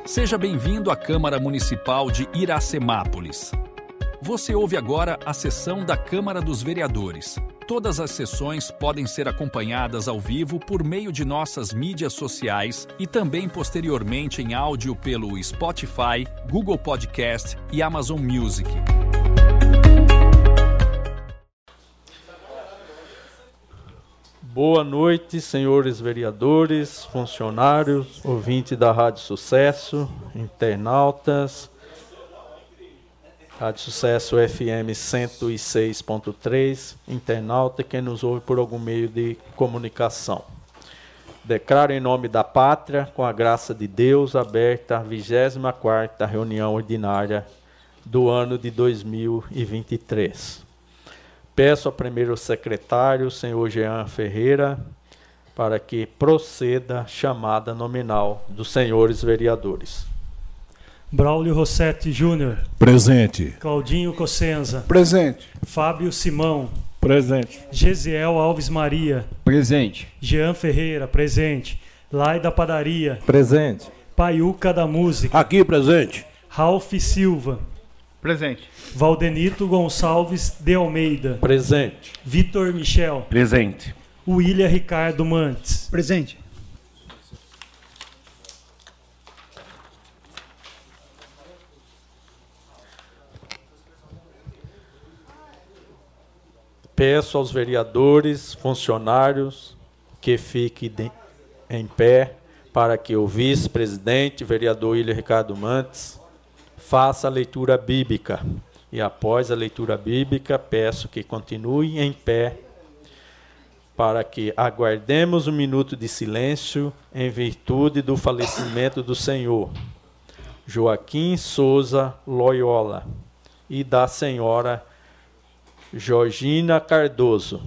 Seja bem-vindo à Câmara Municipal de Iracemápolis. Você ouve agora a sessão da Câmara dos Vereadores. Todas as sessões podem ser acompanhadas ao vivo por meio de nossas mídias sociais e também posteriormente em áudio pelo Spotify, Google Podcast e Amazon Music. Boa noite, senhores vereadores, funcionários, ouvintes da Rádio Sucesso, internautas. Rádio Sucesso FM 106.3, internauta, quem nos ouve por algum meio de comunicação. Declaro em nome da pátria, com a graça de Deus, aberta a 24ª reunião ordinária do ano de 2023. Peço ao primeiro secretário, senhor Jean Ferreira, para que proceda a chamada nominal dos senhores vereadores. Braulio Rossetti Júnior. Presente. Claudinho Cossenza. Presente. Fábio Simão. Presente. Gesiel Alves Maria. Presente. Jean Ferreira, presente. Lai da Padaria. Presente. Paiuca da Música. Aqui, presente. Ralph Silva. Presente. Valdenito Gonçalves de Almeida. Presente. Vitor Michel. Presente. William Ricardo Mantes. Presente. Peço aos vereadores, funcionários, que fiquem em pé para que o vice-presidente, vereador William Ricardo Mantes, faça a leitura bíblica. E após a leitura bíblica, peço que continue em pé para que aguardemos um minuto de silêncio em virtude do falecimento do senhor Joaquim Souza Loyola e da senhora Georgina Cardoso.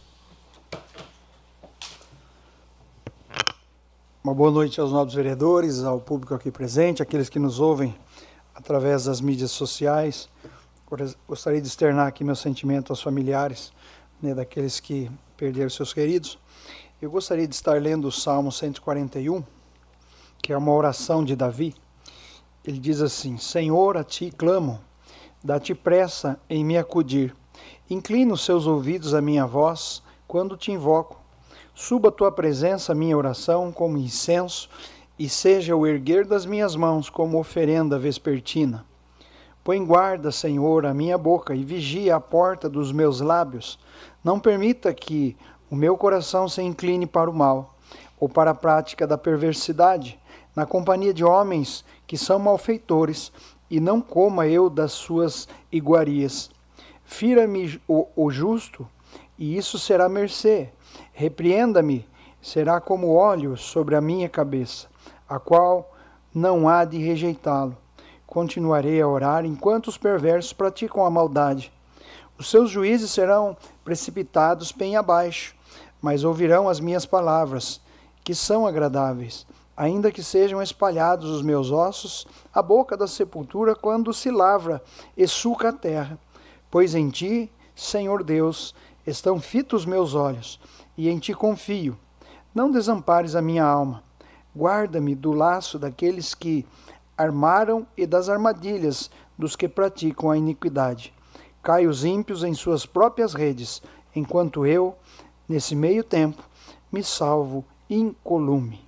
Uma boa noite aos nobres vereadores, ao público aqui presente, aqueles que nos ouvem através das mídias sociais. Gostaria de externar aqui meu sentimento aos familiares, daqueles que perderam seus queridos. Eu gostaria de estar lendo o Salmo 141, que é uma oração de Davi. Ele diz assim: Senhor, a ti clamo, dá-te pressa em me acudir. Inclina os seus ouvidos à minha voz quando te invoco. Suba a tua presença a minha oração como incenso e seja o erguer das minhas mãos como oferenda vespertina. Põe guarda, Senhor, a minha boca e vigia a porta dos meus lábios. Não permita que o meu coração se incline para o mal ou para a prática da perversidade, na companhia de homens que são malfeitores, e não coma eu das suas iguarias. Fira-me o justo, e isso será mercê. Repreenda-me, será como óleo sobre a minha cabeça, a qual não há de rejeitá-lo. Continuarei a orar enquanto os perversos praticam a maldade. Os seus juízes serão precipitados bem abaixo, mas ouvirão as minhas palavras, que são agradáveis. Ainda que sejam espalhados os meus ossos, a boca da sepultura quando se lavra e suca a terra. Pois em ti, Senhor Deus, estão fitos meus olhos, e em ti confio. Não desampares a minha alma. Guarda-me do laço daqueles que armaram e das armadilhas dos que praticam a iniquidade. Cai os ímpios em suas próprias redes, enquanto eu, nesse meio tempo, me salvo incolume.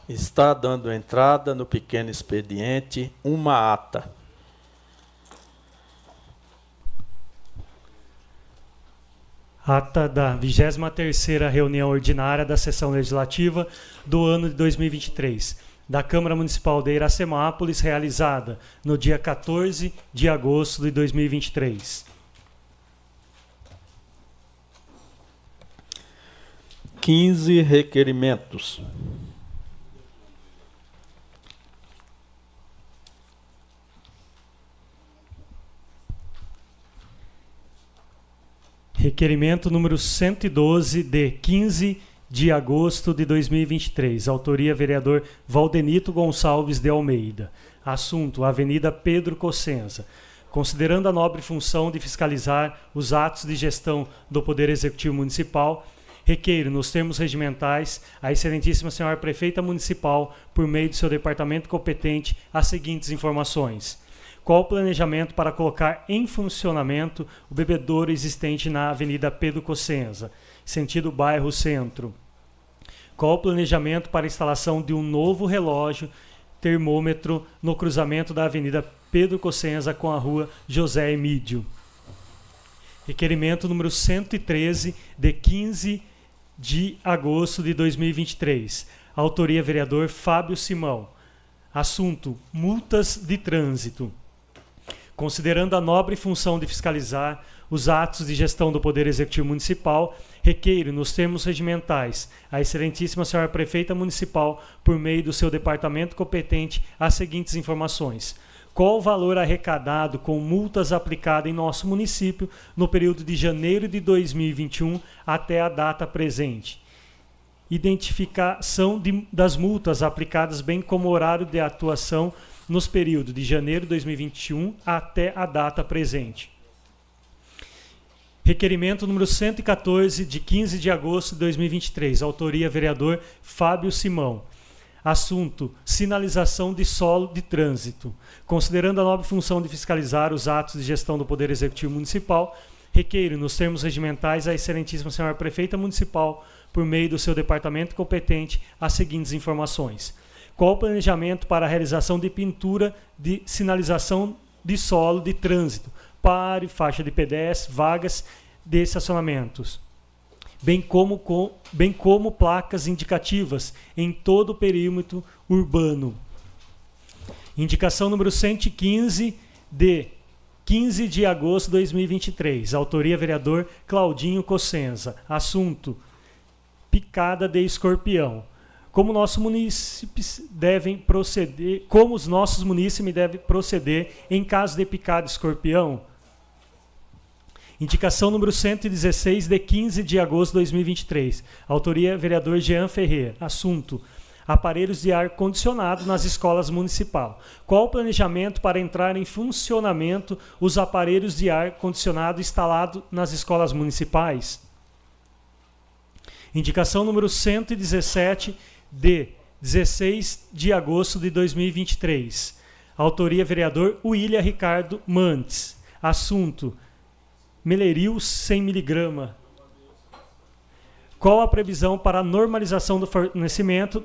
Está dando entrada no pequeno expediente uma ata. Ata da 23ª reunião ordinária da sessão legislativa do ano de 2023, da Câmara Municipal de Iracemápolis, realizada no dia 14 de agosto de 2023. 15 requerimentos. Requerimento número 112, de 15 de agosto de 2023. Autoria, vereador Valdenito Gonçalves de Almeida. Assunto, Avenida Pedro Cossenza. Considerando a nobre função de fiscalizar os atos de gestão do Poder Executivo Municipal, requeiro, nos termos regimentais, a Excelentíssima Senhora Prefeita Municipal, por meio do seu departamento competente, as seguintes informações. Qual o planejamento para colocar em funcionamento o bebedouro existente na Avenida Pedro Cossenza, sentido bairro Centro? Qual o planejamento para a instalação de um novo relógio termômetro no cruzamento da Avenida Pedro Cossenza com a Rua José Emídio? Requerimento número 113, de 15 de agosto de 2023. Autoria, vereador Fábio Simão. Assunto, multas de trânsito. Considerando a nobre função de fiscalizar os atos de gestão do Poder Executivo Municipal, requeiro, nos termos regimentais, a Excelentíssima Senhora Prefeita Municipal, por meio do seu departamento competente, as seguintes informações. Qual o valor arrecadado com multas aplicadas em nosso município no período de janeiro de 2021 até a data presente? Identificação das multas aplicadas, bem como horário de atuação nos períodos de janeiro de 2021 até a data presente. Requerimento número 114, de 15 de agosto de 2023. Autoria, vereador Fábio Simão. Assunto, sinalização de solo de trânsito. Considerando a nobre função de fiscalizar os atos de gestão do Poder Executivo Municipal, requeiro, nos termos regimentais, a Excelentíssima Senhora Prefeita Municipal, por meio do seu departamento competente, as seguintes informações. Qual o planejamento para a realização de pintura de sinalização de solo de trânsito, pare, faixa de pedestre, vagas de estacionamentos, bem como placas indicativas em todo o perímetro urbano. Indicação número 115, de 15 de agosto de 2023. Autoria, vereador Claudinho Cossenza. Assunto, picada de escorpião. Como os nossos munícipes devem proceder em caso de picada de escorpião? Indicação número 116, de 15 de agosto de 2023. Autoria, vereador Jean Ferreira. Assunto, aparelhos de ar-condicionado nas escolas municipais. Qual o planejamento para entrar em funcionamento os aparelhos de ar-condicionado instalados nas escolas municipais? Indicação número 117, de 16 de agosto de 2023. Autoria, vereador William Ricardo Mantes. Assunto, Meleril 100 mg. Qual a previsão para a normalização do fornecimento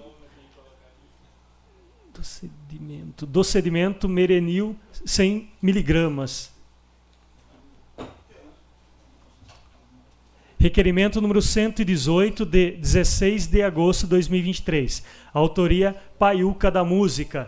do sedimento Merenil 100 mg? Requerimento número 118, de 16 de agosto de 2023. Autoria Paiuca da Música.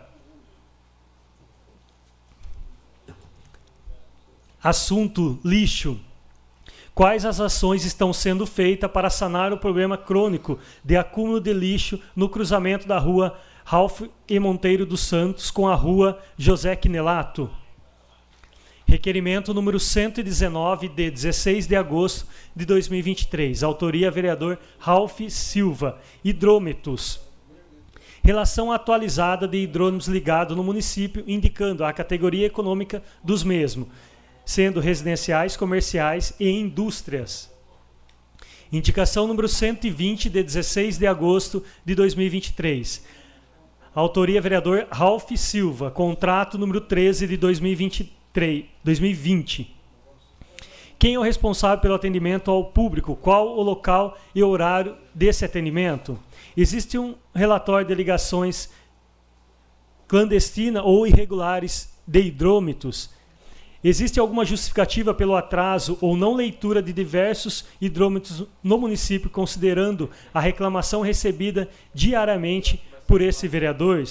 Assunto, lixo. Quais as ações estão sendo feitas para sanar o problema crônico de acúmulo de lixo no cruzamento da rua Ralph E. Monteiro dos Santos com a rua José Quinelato? Requerimento número 119, de 16 de agosto de 2023. Autoria, vereador Ralph Silva. Hidrômetros. Relação atualizada de hidrômetros ligados no município, indicando a categoria econômica dos mesmos, sendo residenciais, comerciais e indústrias. Indicação número 120, de 16 de agosto de 2023. Autoria, vereador Ralph Silva. Contrato número 13 de 2020. Quem é o responsável pelo atendimento ao público? Qual o local e horário desse atendimento? Existe um relatório de ligações clandestinas ou irregulares de hidrômetros? Existe alguma justificativa pelo atraso ou não leitura de diversos hidrômetros no município, considerando a reclamação recebida diariamente por esse vereador?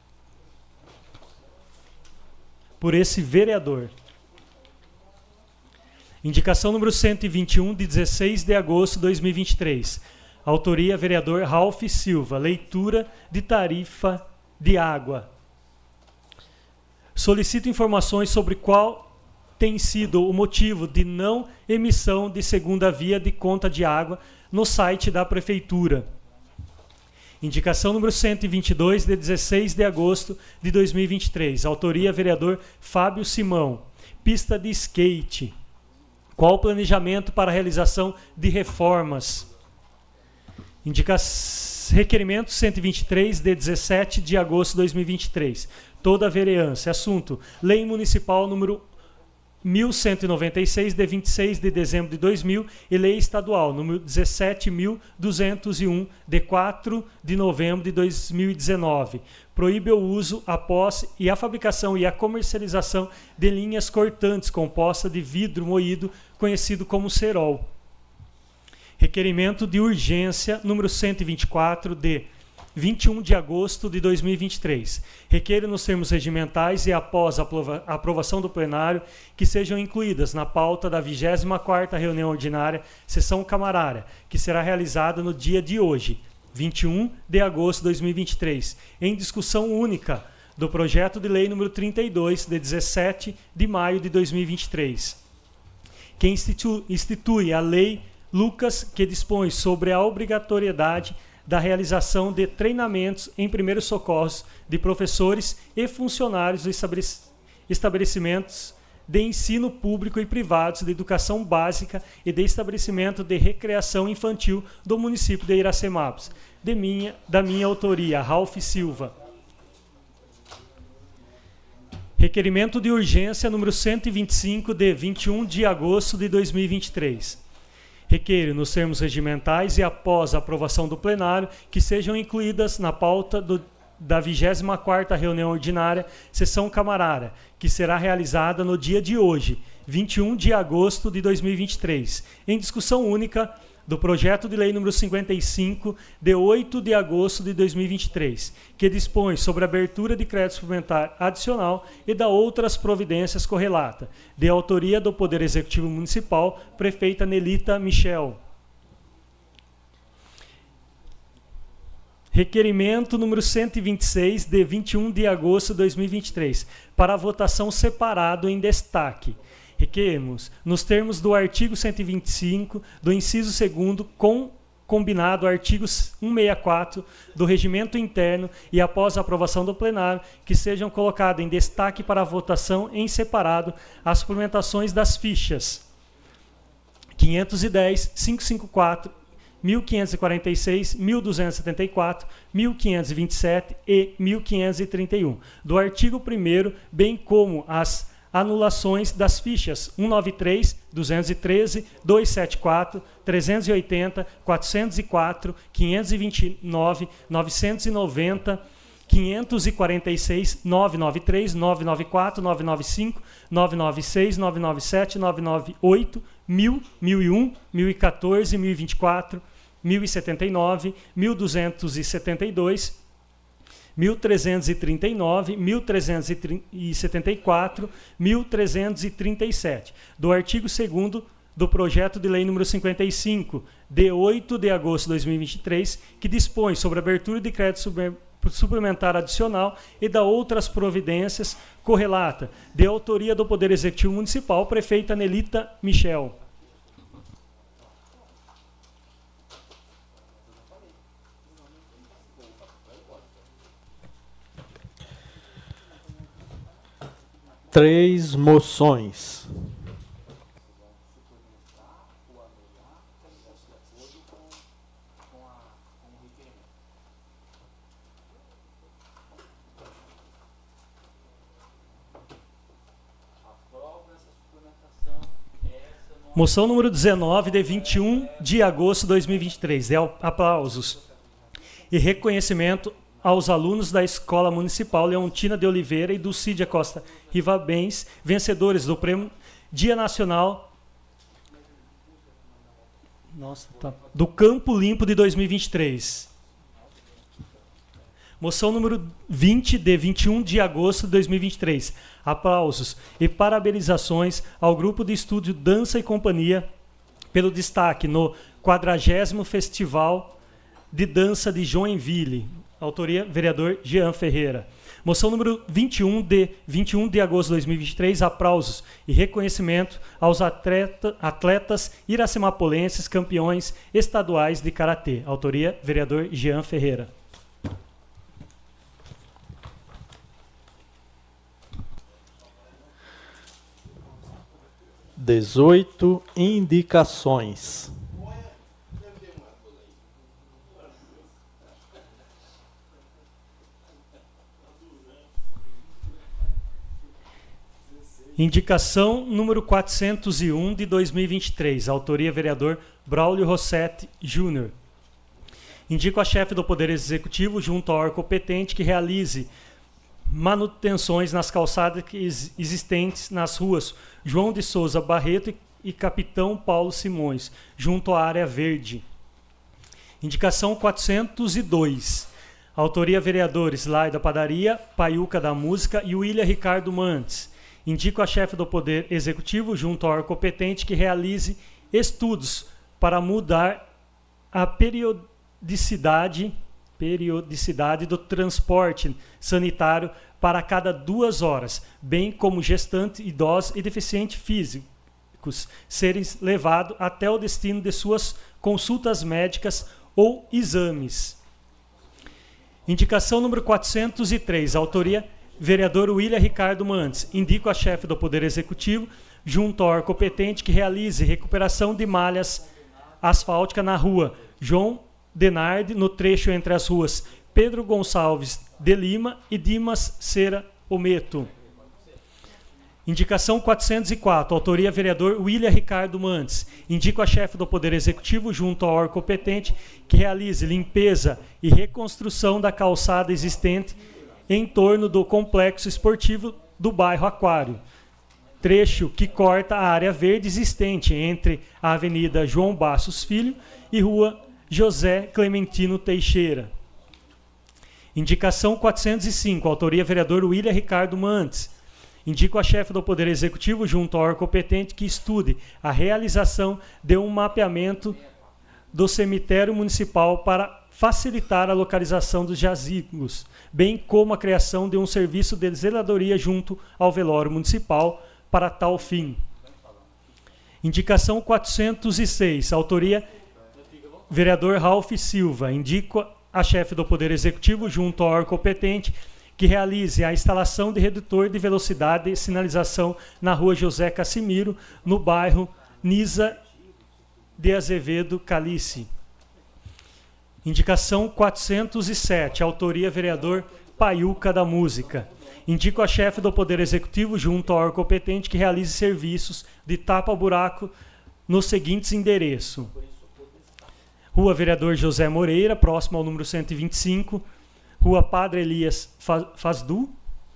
Indicação número 121, de 16 de agosto de 2023. Autoria, vereador Ralph Silva. Leitura de tarifa de água. Solicito informações sobre qual tem sido o motivo de não emissão de segunda via de conta de água no site da Prefeitura. Indicação número 122, de 16 de agosto de 2023. Autoria, vereador Fábio Simão. Pista de skate. Qual o planejamento para a realização de reformas? Requerimento 123, de 17 de agosto de 2023. Toda a vereança. Assunto: Lei Municipal número 1196, de 26 de dezembro de 2000, e Lei Estadual número 17.201, de 4 de novembro de 2019. Proíbe o uso, a posse e a fabricação e a comercialização de linhas cortantes compostas de vidro moído, conhecido como cerol. Requerimento de urgência número 124, de 21 de agosto de 2023. Requeiro nos termos regimentais e após a aprovação do plenário que sejam incluídas na pauta da 24ª reunião ordinária, sessão camarária, que será realizada no dia de hoje, 21 de agosto de 2023, em discussão única do projeto de lei número 32, de 17 de maio de 2023, que institui a lei Lucas, que dispõe sobre a obrigatoriedade da realização de treinamentos em primeiros socorros de professores e funcionários de estabelecimentos de ensino público e privados de educação básica e de estabelecimento de recreação infantil do município de Iracemápolis, da minha autoria, Ralph Silva. Requerimento de urgência número 125, de 21 de agosto de 2023. Requeiro, nos termos regimentais e após a aprovação do plenário, que sejam incluídas na pauta da 24ª reunião ordinária, sessão camarária, que será realizada no dia de hoje, 21 de agosto de 2023, em discussão única do projeto de lei número 55, de 8 de agosto de 2023, que dispõe sobre a abertura de crédito suplementar adicional e da outras providências correlata, de autoria do Poder Executivo Municipal, prefeita Nelita Michel. Requerimento número 126, de 21 de agosto de 2023, para votação separado em destaque. Requeremos, nos termos do artigo 125, do inciso 2º, combinado artigo 164 do Regimento Interno e após a aprovação do plenário, que sejam colocadas em destaque para a votação em separado as suplementações das fichas 510, 554, 1546, 1274, 1527 e 1531 do artigo 1º, bem como as anulações das fichas 193, 213, 274, 380, 404, 529, 990, 546, 993, 994, 995, 996, 997, 998, 1000, 1001, 1014, 1024, 1079, 1272, 1339, 1374, 1337, do artigo 2º do projeto de lei número 55, de 8 de agosto de 2023, que dispõe sobre a abertura de crédito suplementar adicional e da outras providências correlata, de autoria do Poder Executivo Municipal, prefeita Nelita Michel. Três moções. Aprova essa suplementação, essa não Moção número 19, de 21 de agosto de 2023. Aplausos e reconhecimento aos alunos da Escola Municipal Leontina de Oliveira e do Cídia Costa Rivabens, vencedores do Prêmio Dia Nacional do Campo Limpo de 2023. Moção número 20, de 21 de agosto de 2023. Aplausos e parabenizações ao Grupo de Estúdio Dança e Companhia pelo destaque no 40º Festival de Dança de Joinville. Autoria, vereador Jean Ferreira. Moção número 21, de 21 de agosto de 2023. Aplausos e reconhecimento aos atletas iracemapolenses campeões estaduais de Karatê. Autoria, vereador Jean Ferreira. Dezoito indicações. Indicação número 401 de 2023. Autoria, vereador Braulio Rossetti Júnior. Indico a chefe do Poder Executivo, junto ao órgão competente, que realize manutenções nas calçadas existentes nas ruas João de Souza Barreto e Capitão Paulo Simões, junto à área verde. Indicação 402. Autoria, vereadores Laida Padaria, Paiuca da Música e William Ricardo Mantes. Indico a chefe do Poder Executivo, junto ao órgão competente, que realize estudos para mudar a periodicidade do transporte sanitário para cada 2 horas, bem como gestantes, idosos e deficientes físicos serem levados até o destino de suas consultas médicas ou exames. Indicação número 403. Autoria, vereador William Ricardo Mantes. Indico a chefe do Poder Executivo, junto ao órgão competente, que realize recuperação de malhas asfálticas na rua João Denardi, no trecho entre as ruas Pedro Gonçalves de Lima e Dimas Cera Ometo. Indicação 404. Autoria, vereador William Ricardo Mantes. Indico a chefe do Poder Executivo, junto ao órgão competente, que realize limpeza e reconstrução da calçada existente em torno do complexo esportivo do bairro Aquário, trecho que corta a área verde existente entre a Avenida João Bassos Filho e Rua José Clementino Teixeira. Indicação 405. Autoria, vereador William Ricardo Mantes. Indico a chefe do Poder Executivo, junto ao órgão competente, que estude a realização de um mapeamento do cemitério municipal para facilitar a localização dos jazigos, bem como a criação de um serviço de zeladoria junto ao velório municipal para tal fim. Indicação 406. Autoria, vereador Ralph Silva. Indico a chefe do Poder Executivo, junto ao órgão competente, que realize a instalação de redutor de velocidade e sinalização na rua José Cassimiro, no bairro Nisa de Azevedo Calice. Indicação 407. Autoria, vereador Paiuca da Música. Indico a chefe do Poder Executivo, junto ao órgão competente, que realize serviços de tapa-buraco nos seguintes endereços: Rua Vereador José Moreira, próximo ao número 125. Rua Padre Elias Fadu.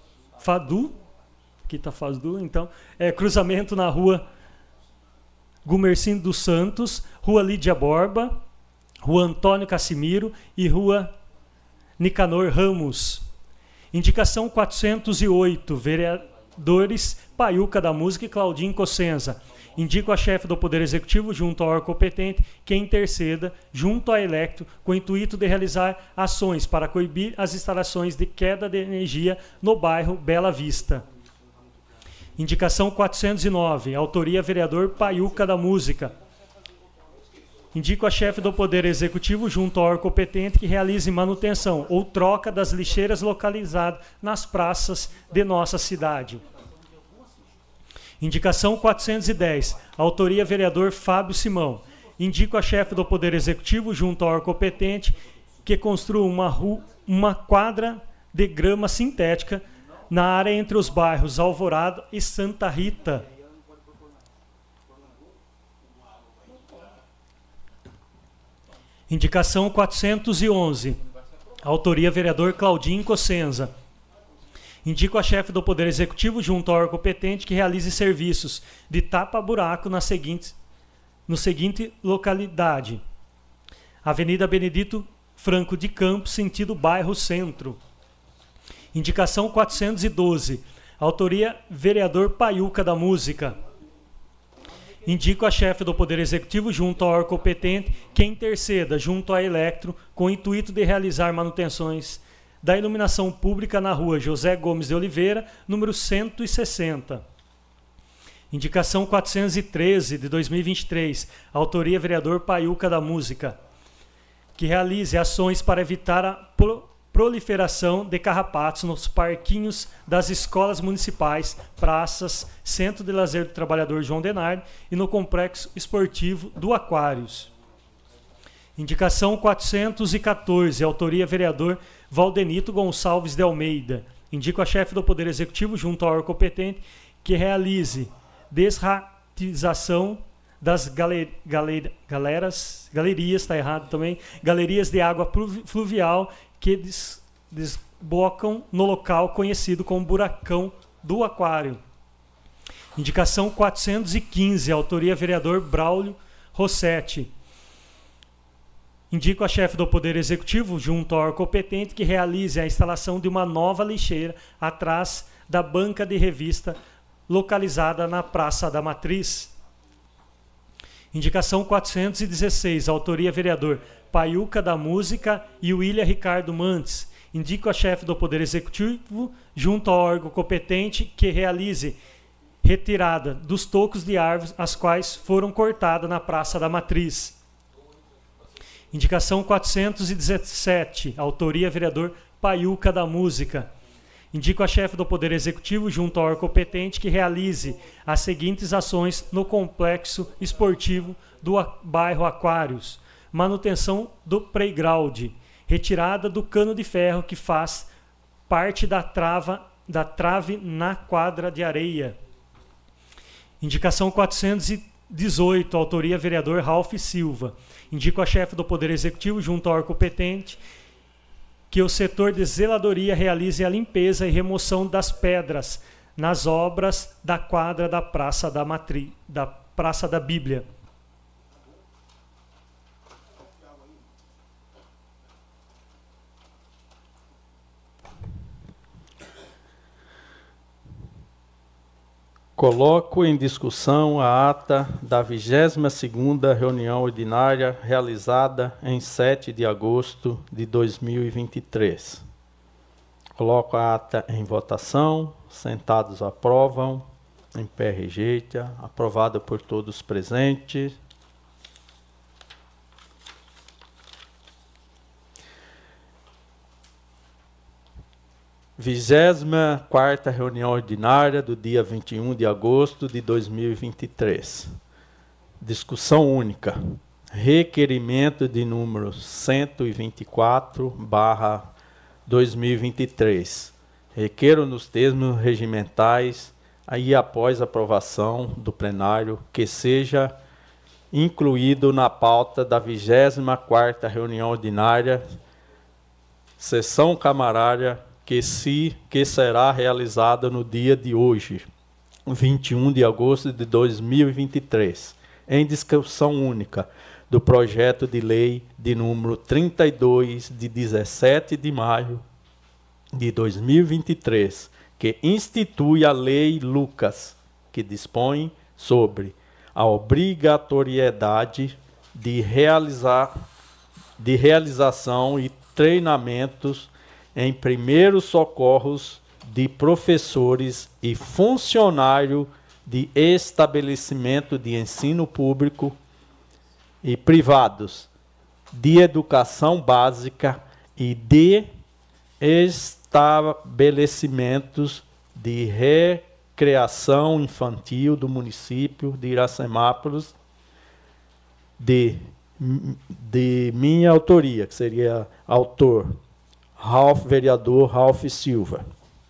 Aqui está Fadu, então. Cruzamento na Rua Gumercindo dos Santos. Rua Lídia Borba. Rua Antônio Cassimiro e Rua Nicanor Ramos. Indicação 408. Vereadores Paiuca da Música e Claudinho Cossenza. Indico a chefe do Poder Executivo, junto ao órgão competente, que interceda junto à Electro com o intuito de realizar ações para coibir as instalações de queda de energia no bairro Bela Vista. Indicação 409. Autoria, vereador Paiuca da Música. Indico a chefe do Poder Executivo, junto ao órgão competente, que realize manutenção ou troca das lixeiras localizadas nas praças de nossa cidade. Indicação 410. Autoria, vereador Fábio Simão. Indico a chefe do Poder Executivo, junto ao órgão competente, que construa uma quadra de grama sintética na área entre os bairros Alvorada e Santa Rita. Indicação 411. Autoria vereador Claudinho Cossenza. Indico a chefe do Poder Executivo junto ao órgão competente que realize serviços de tapa-buraco no seguinte localidade. Avenida Benedito Franco de Campos, sentido bairro Centro. Indicação 412. Autoria vereador Paiuca da Música. Indico a chefe do Poder Executivo junto ao órgão competente que interceda junto à Electro com o intuito de realizar manutenções da iluminação pública na rua José Gomes de Oliveira, número 160. Indicação 413 de 2023. Autoria vereador Paiuca da Música. Que realize ações para evitar a proliferação de carrapatos nos parquinhos das escolas municipais, praças, Centro de Lazer do Trabalhador João Denardi e no Complexo Esportivo do Aquários. Indicação 414, autoria vereador Valdenito Gonçalves de Almeida. Indico a chefe do Poder Executivo junto ao órgão competente que realize desratização das galerias, está errado também, galerias de água fluvial que desbocam no local conhecido como Buracão do Aquário. Indicação 415, autoria vereador Braulio Rossetti. Indico a chefe do Poder Executivo, junto ao órgão competente, que realize a instalação de uma nova lixeira atrás da banca de revista localizada na Praça da Matriz. Indicação 416, autoria vereador Paiuca da Música e William Ricardo Mantes. Indico a chefe do Poder Executivo, junto ao órgão competente, que realize retirada dos tocos de árvores as quais foram cortadas na Praça da Matriz. Indicação 417, autoria vereador Paiuca da Música. Indico a chefe do Poder Executivo, junto ao órgão competente, que realize as seguintes ações no Complexo Esportivo do bairro Aquários. Manutenção do playground, retirada do cano de ferro que faz parte da trave na quadra de areia. Indicação 418, autoria vereador Ralph Silva. Indico a chefe do Poder Executivo, junto ao órgão competente, que o setor de zeladoria realize a limpeza e remoção das pedras nas obras da quadra da Praça da Bíblia. Coloco em discussão a ata da 22ª reunião ordinária realizada em 7 de agosto de 2023. Coloco a ata em votação. Sentados aprovam. Em pé rejeita. Aprovada por todos presentes. Vigésima quarta reunião ordinária do dia 21 de agosto de 2023. Discussão única. Requerimento de número 124/2023. Requeiro nos termos regimentais, aí após aprovação do plenário, que seja incluído na pauta da 24ª reunião ordinária, sessão camarária, que será realizada no dia de hoje, 21 de agosto de 2023, em discussão única do projeto de lei de número 32, de 17 de maio de 2023, que institui a Lei Lucas, que dispõe sobre a obrigatoriedade de realização e treinamentos em primeiros socorros de professores e funcionários de estabelecimento de ensino público e privados, de educação básica e de estabelecimentos de recreação infantil do município de Iracemápolis, de minha autoria, que seria autor vereador Ralph Silva.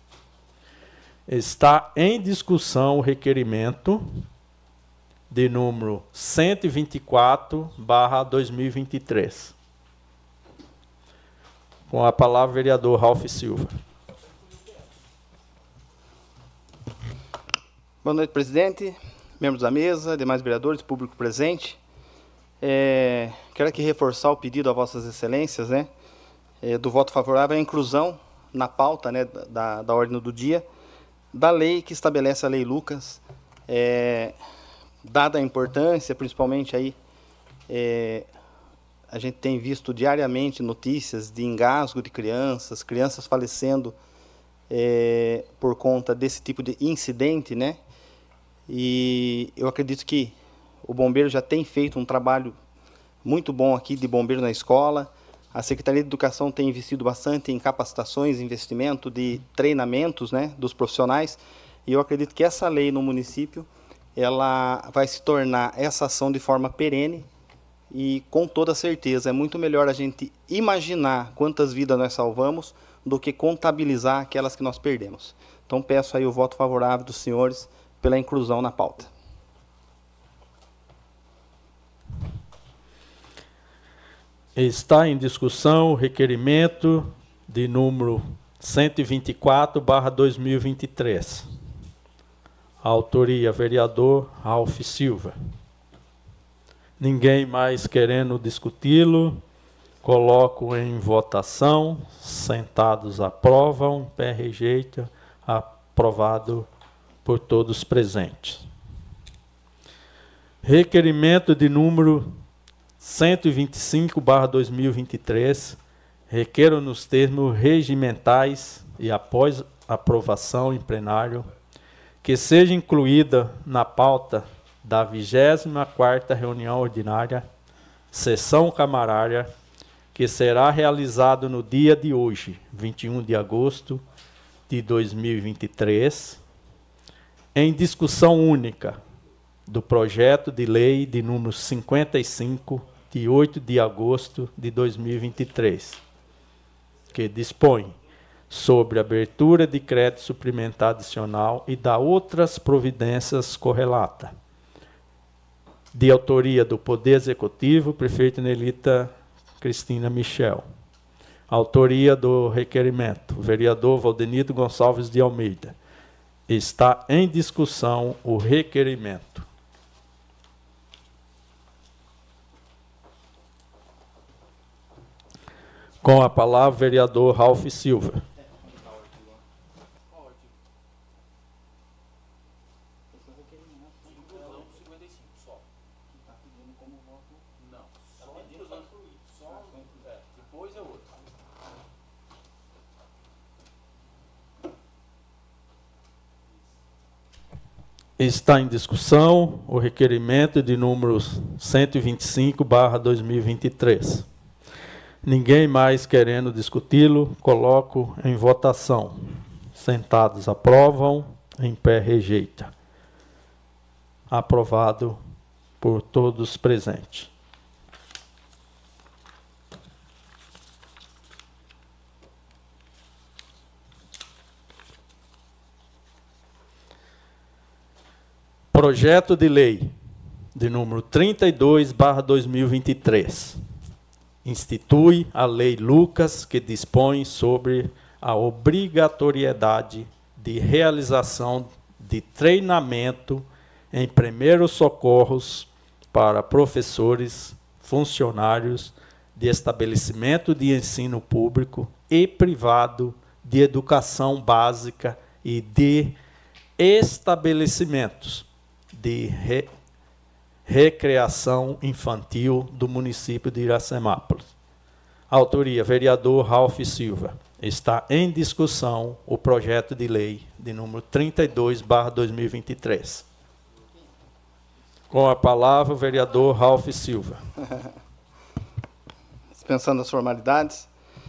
Está em discussão o requerimento de número 124/2023. Com a palavra, o vereador Ralph Silva. Boa noite, presidente, membros da mesa, demais vereadores, público presente. Quero aqui reforçar o pedido a vossas excelências, né, do voto favorável à inclusão na pauta, né, da ordem do dia, da lei que estabelece a Lei Lucas, dada a importância, principalmente aí, a gente tem visto diariamente notícias de engasgo de crianças falecendo por conta desse tipo de incidente, né? E eu acredito que o bombeiro já tem feito um trabalho muito bom aqui de bombeiro na escola. A Secretaria de Educação tem investido bastante em capacitações, investimento de treinamentos, né, dos profissionais. E eu acredito que essa lei no município, ela vai se tornar essa ação de forma perene e com toda certeza é muito melhor a gente imaginar quantas vidas nós salvamos do que contabilizar aquelas que nós perdemos. Então peço aí o voto favorável dos senhores pela inclusão na pauta. Está em discussão o requerimento de número 124/2023. Autoria, vereador Ralph Silva. Ninguém mais querendo discuti-lo, coloco em votação. Sentados aprovam, pé rejeita, aprovado por todos presentes. Requerimento de número 125/2023, requeiro nos termos regimentais e após aprovação em plenário, que seja incluída na pauta da 24ª reunião ordinária, sessão camarária, que será realizado no dia de hoje, 21 de agosto de 2023, em discussão única do projeto de lei de número 55, de 8 de agosto de 2023, que dispõe sobre abertura de crédito suplementar adicional e da outras providências correlatas, de autoria do Poder Executivo, prefeita Nelita Cristina Michel. Autoria do requerimento, vereador Valdenito Gonçalves de Almeida. Está em discussão o requerimento. Com a palavra, vereador Ralph Silva. Está em discussão o requerimento de número 125/2023. Ninguém mais querendo discuti-lo, coloco em votação. Sentados aprovam, em pé rejeita. Aprovado por todos presentes. Projeto de lei de número 32/2023. Institui a Lei Lucas, que dispõe sobre a obrigatoriedade de realização de treinamento em primeiros socorros para professores, funcionários de estabelecimento de ensino público e privado de educação básica e de estabelecimentos de recreação infantil do município de Iracemápolis. Autoria, vereador Ralph Silva. Está em discussão o projeto de lei de número 32/2023. Com a palavra, o vereador Ralph Silva. Dispensando as formalidades.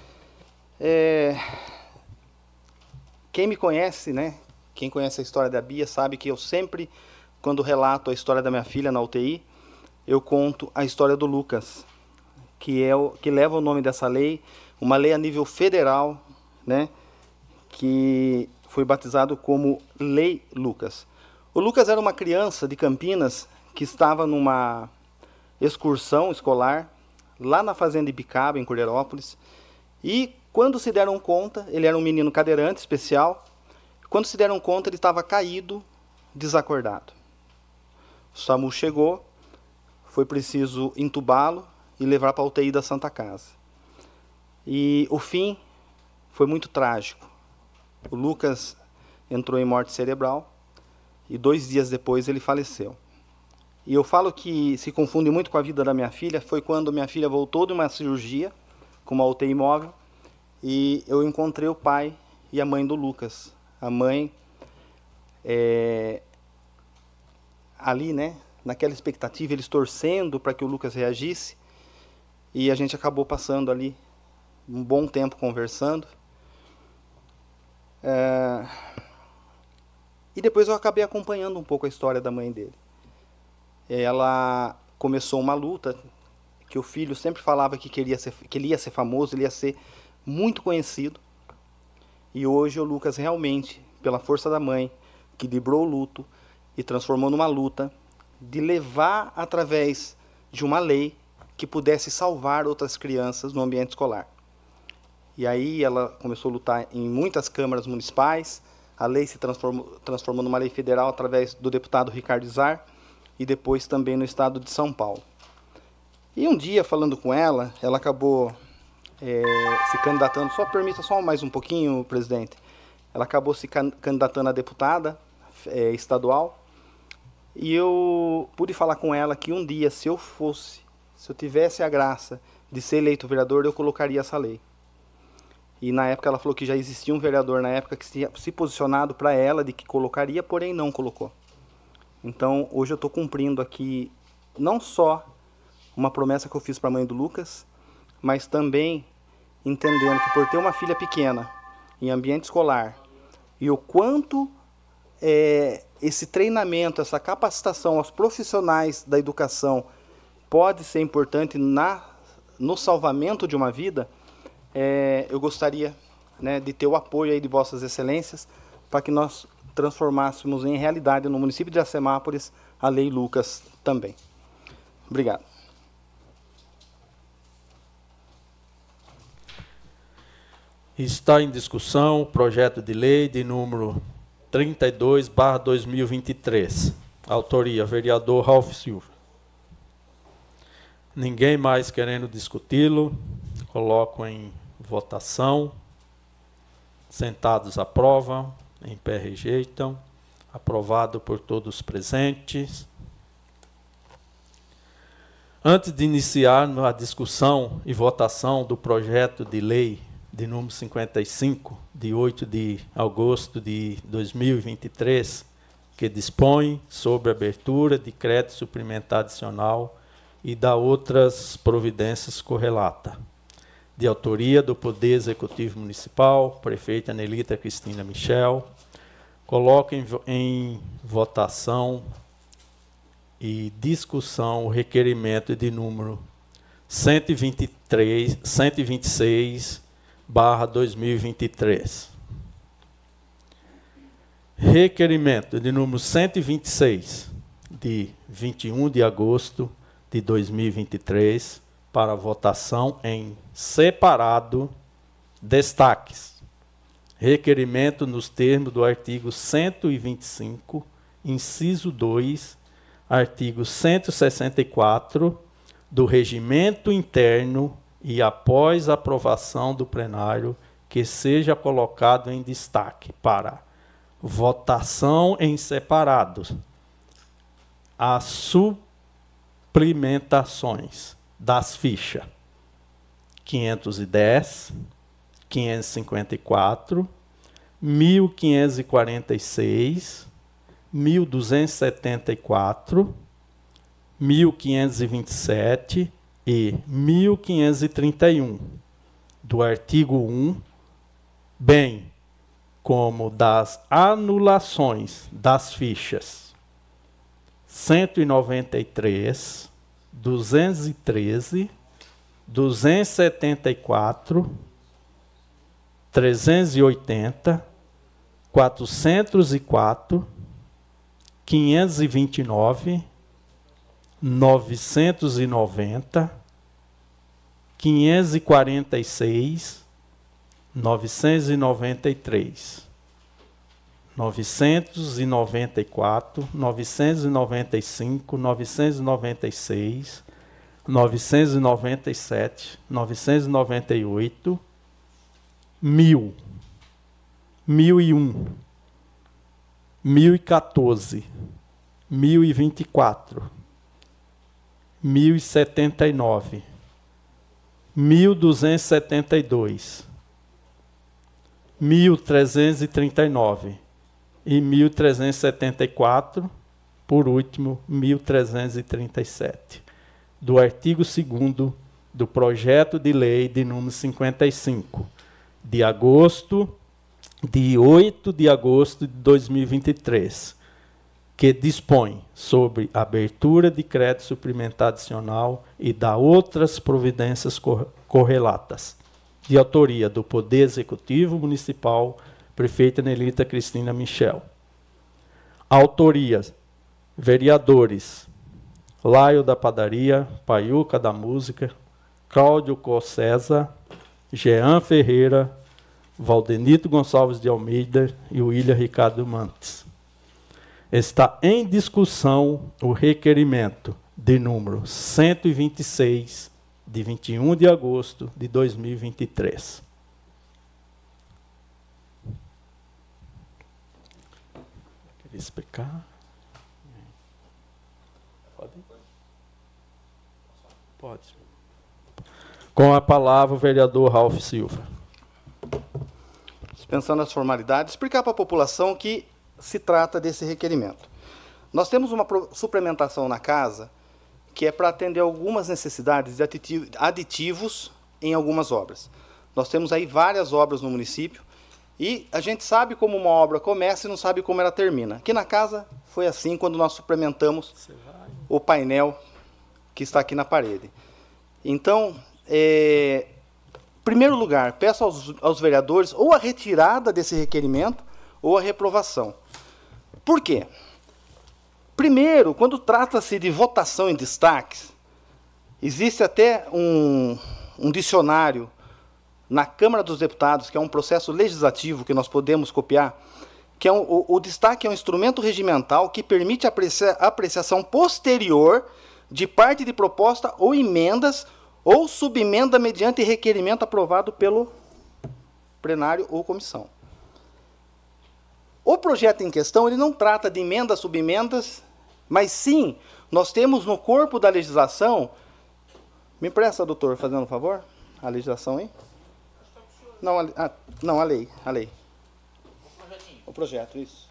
Quem me conhece, né? Quem conhece a história da Bia sabe que eu sempre, quando relato a história da minha filha na UTI, eu conto a história do Lucas, que leva o nome dessa lei, uma lei a nível federal, né, que foi batizado como Lei Lucas. O Lucas era uma criança de Campinas que estava numa excursão escolar lá na fazenda Ibicaba, em Cordeirópolis, e Quando se deram conta, ele era um menino cadeirante especial, quando se deram conta, ele estava caído, desacordado. O SAMU chegou, foi preciso entubá-lo e levar para a UTI da Santa Casa. E o fim foi muito trágico. O Lucas entrou em morte cerebral e 2 dias depois ele faleceu. E eu falo que se confunde muito com a vida da minha filha, foi quando minha filha voltou de uma cirurgia com uma UTI móvel e eu encontrei o pai e a mãe do Lucas. A mãe, ali, né, naquela expectativa, eles torcendo para que o Lucas reagisse, e a gente acabou passando ali um bom tempo conversando. E depois eu acabei acompanhando um pouco a história da mãe dele. Ela começou uma luta, que o filho sempre falava que ele ia ser famoso, ele ia ser muito conhecido. E hoje o Lucas realmente, pela força da mãe, que librou o luto e transformou numa luta de levar através de uma lei que pudesse salvar outras crianças no ambiente escolar. E aí ela começou a lutar em muitas câmaras municipais, a lei se transformou numa lei federal através do deputado Ricardo Izar e depois também no estado de São Paulo. E um dia, falando com ela, ela acabou se candidatando, permita só mais um pouquinho, presidente, ela acabou se candidatando a deputada estadual, e eu pude falar com ela que um dia, se eu tivesse a graça de ser eleito vereador, eu colocaria essa lei. E na época ela falou que já existia um vereador na época que tinha se posicionado para ela de que colocaria, porém não colocou. Então hoje eu estou cumprindo aqui não só uma promessa que eu fiz para a mãe do Lucas, mas também entendendo que por ter uma filha pequena em ambiente escolar e o quanto esse treinamento, essa capacitação aos profissionais da educação pode ser importante no salvamento de uma vida, eu gostaria, né, de ter o apoio aí de Vossas Excelências para que nós transformássemos em realidade no município de Iracemápolis a Lei Lucas também. Obrigado. Está em discussão o projeto de lei de número 32/2023. Autoria, vereador Ralph Silva. Ninguém mais querendo discuti-lo, coloco em votação. Sentados aprovam, em pé rejeitam. Aprovado por todos os presentes. Antes de iniciar a discussão e votação do projeto de lei de número 55, de 8 de agosto de 2023, que dispõe sobre a abertura de crédito suplementar adicional e da outras providências correlata, de autoria do Poder Executivo Municipal, prefeita Nelita Cristina Michel, coloco em votação e discussão o requerimento de número 126/2023. Requerimento de número 126, de 21 de agosto de 2023, para votação em separado. Destaques. Requerimento nos termos do artigo 125, inciso 2, artigo 164, do Regimento Interno e após a aprovação do plenário, que seja colocado em destaque para votação em separados as suplementações das fichas 510, 554, 1546, 1274, 1527 e 1531 do artigo 1, bem como das anulações das fichas 193, 213, 274, 380, 404, 529, 990, 546, 993, 994, 995, 996, 997, 998, 1000, 1001, 1014, 1024, 1079, 1272, 1339 e 1374, por último, 1337, do artigo 2º do projeto de lei de número 55, de 8 de agosto de 2023, que dispõe sobre abertura de crédito suplementar adicional e da outras providências correlatas, de autoria do Poder Executivo Municipal, prefeita Nelita Cristina Michel. Autoria: vereadores Laio da Padaria, Paiuca da Música, Cláudio Cossesa, Jean Ferreira, Valdenito Gonçalves de Almeida e William Ricardo Mantes. Está em discussão o requerimento de número 126, de 21 de agosto de 2023. Queria explicar? Pode? Pode. Com a palavra, o vereador Ralph Silva. Dispensando as formalidades, explicar para a população que se trata desse requerimento. Nós temos uma suplementação na casa que é para atender algumas necessidades de aditivos em algumas obras. Nós temos aí várias obras no município e a gente sabe como uma obra começa e não sabe como ela termina. Aqui na casa foi assim quando nós suplementamos o painel que está aqui na parede. Então, em primeiro lugar, peço aos vereadores ou a retirada desse requerimento ou a reprovação. Por quê? Primeiro, quando trata-se de votação em destaques, existe até um dicionário na Câmara dos Deputados, que é um processo legislativo que nós podemos copiar, que é o destaque é um instrumento regimental que permite a apreciação posterior de parte de proposta ou emendas ou subemenda mediante requerimento aprovado pelo plenário ou comissão. O projeto em questão ele não trata de emendas, subemendas, mas sim, nós temos no corpo da legislação... Me empresta, doutor, fazendo um favor? A legislação aí? Não, a lei. O projeto, isso.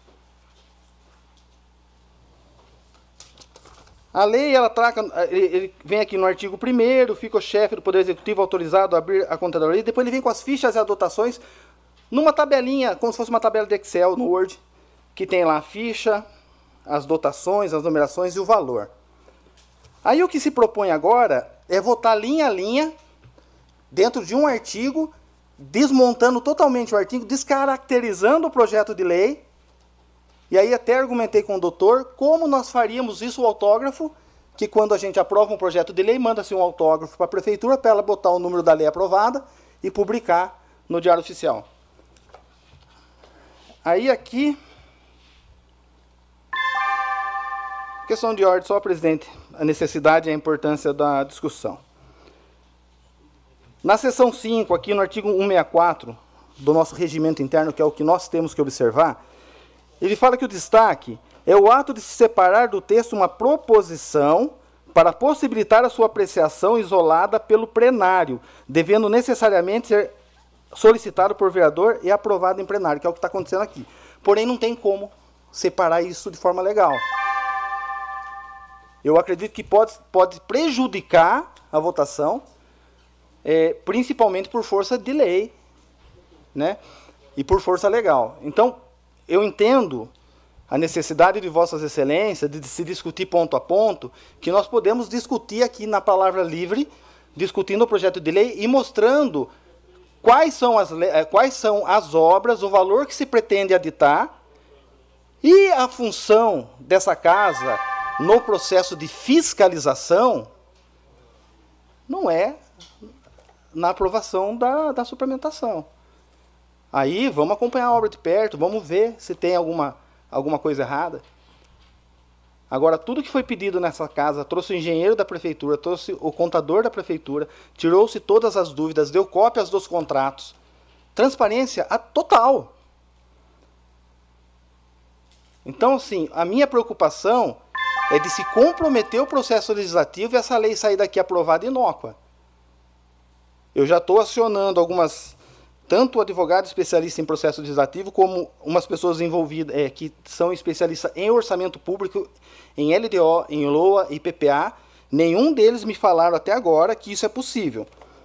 A lei, ela ele vem aqui no artigo 1º, fica o chefe do Poder Executivo autorizado a abrir a contadoria, depois ele vem com as fichas e adotações, numa tabelinha, como se fosse uma tabela de Excel no Word, que tem lá a ficha, as dotações, as numerações e o valor. Aí o que se propõe agora é votar linha a linha, dentro de um artigo, desmontando totalmente o artigo, descaracterizando o projeto de lei, e aí até argumentei com o doutor como nós faríamos isso, o autógrafo, que quando a gente aprova um projeto de lei, manda-se um autógrafo para a prefeitura, para ela botar o número da lei aprovada e publicar no Diário Oficial. Aí aqui... Questão de ordem, só, presidente, a necessidade e a importância da discussão. Na seção 5, aqui no artigo 164 do nosso regimento interno, que é o que nós temos que observar, ele fala que o destaque é o ato de se separar do texto uma proposição para possibilitar a sua apreciação isolada pelo plenário, devendo necessariamente ser solicitado por vereador e aprovado em plenário, que é o que está acontecendo aqui. Porém, não tem como separar isso de forma legal. Eu acredito que pode prejudicar a votação, principalmente por força de lei, né? E por força legal. Então, eu entendo a necessidade de Vossas Excelências de se discutir ponto a ponto, que nós podemos discutir aqui na palavra livre, discutindo o projeto de lei e mostrando quais são as obras, o valor que se pretende aditar e a função dessa casa no processo de fiscalização não é na aprovação da suplementação. Aí vamos acompanhar a obra de perto, vamos ver se tem alguma coisa errada. Agora, tudo que foi pedido nessa casa, trouxe o engenheiro da prefeitura, trouxe o contador da prefeitura, tirou-se todas as dúvidas, deu cópias dos contratos. Transparência total. Então, assim, a minha preocupação é de se comprometer o processo legislativo e essa lei sair daqui aprovada inócua. Eu já estou acionando tanto o advogado especialista em processo legislativo, como umas pessoas envolvidas, que são especialistas em orçamento público, em LDO, em LOA e PPA. Nenhum deles me falaram até agora que isso é possível.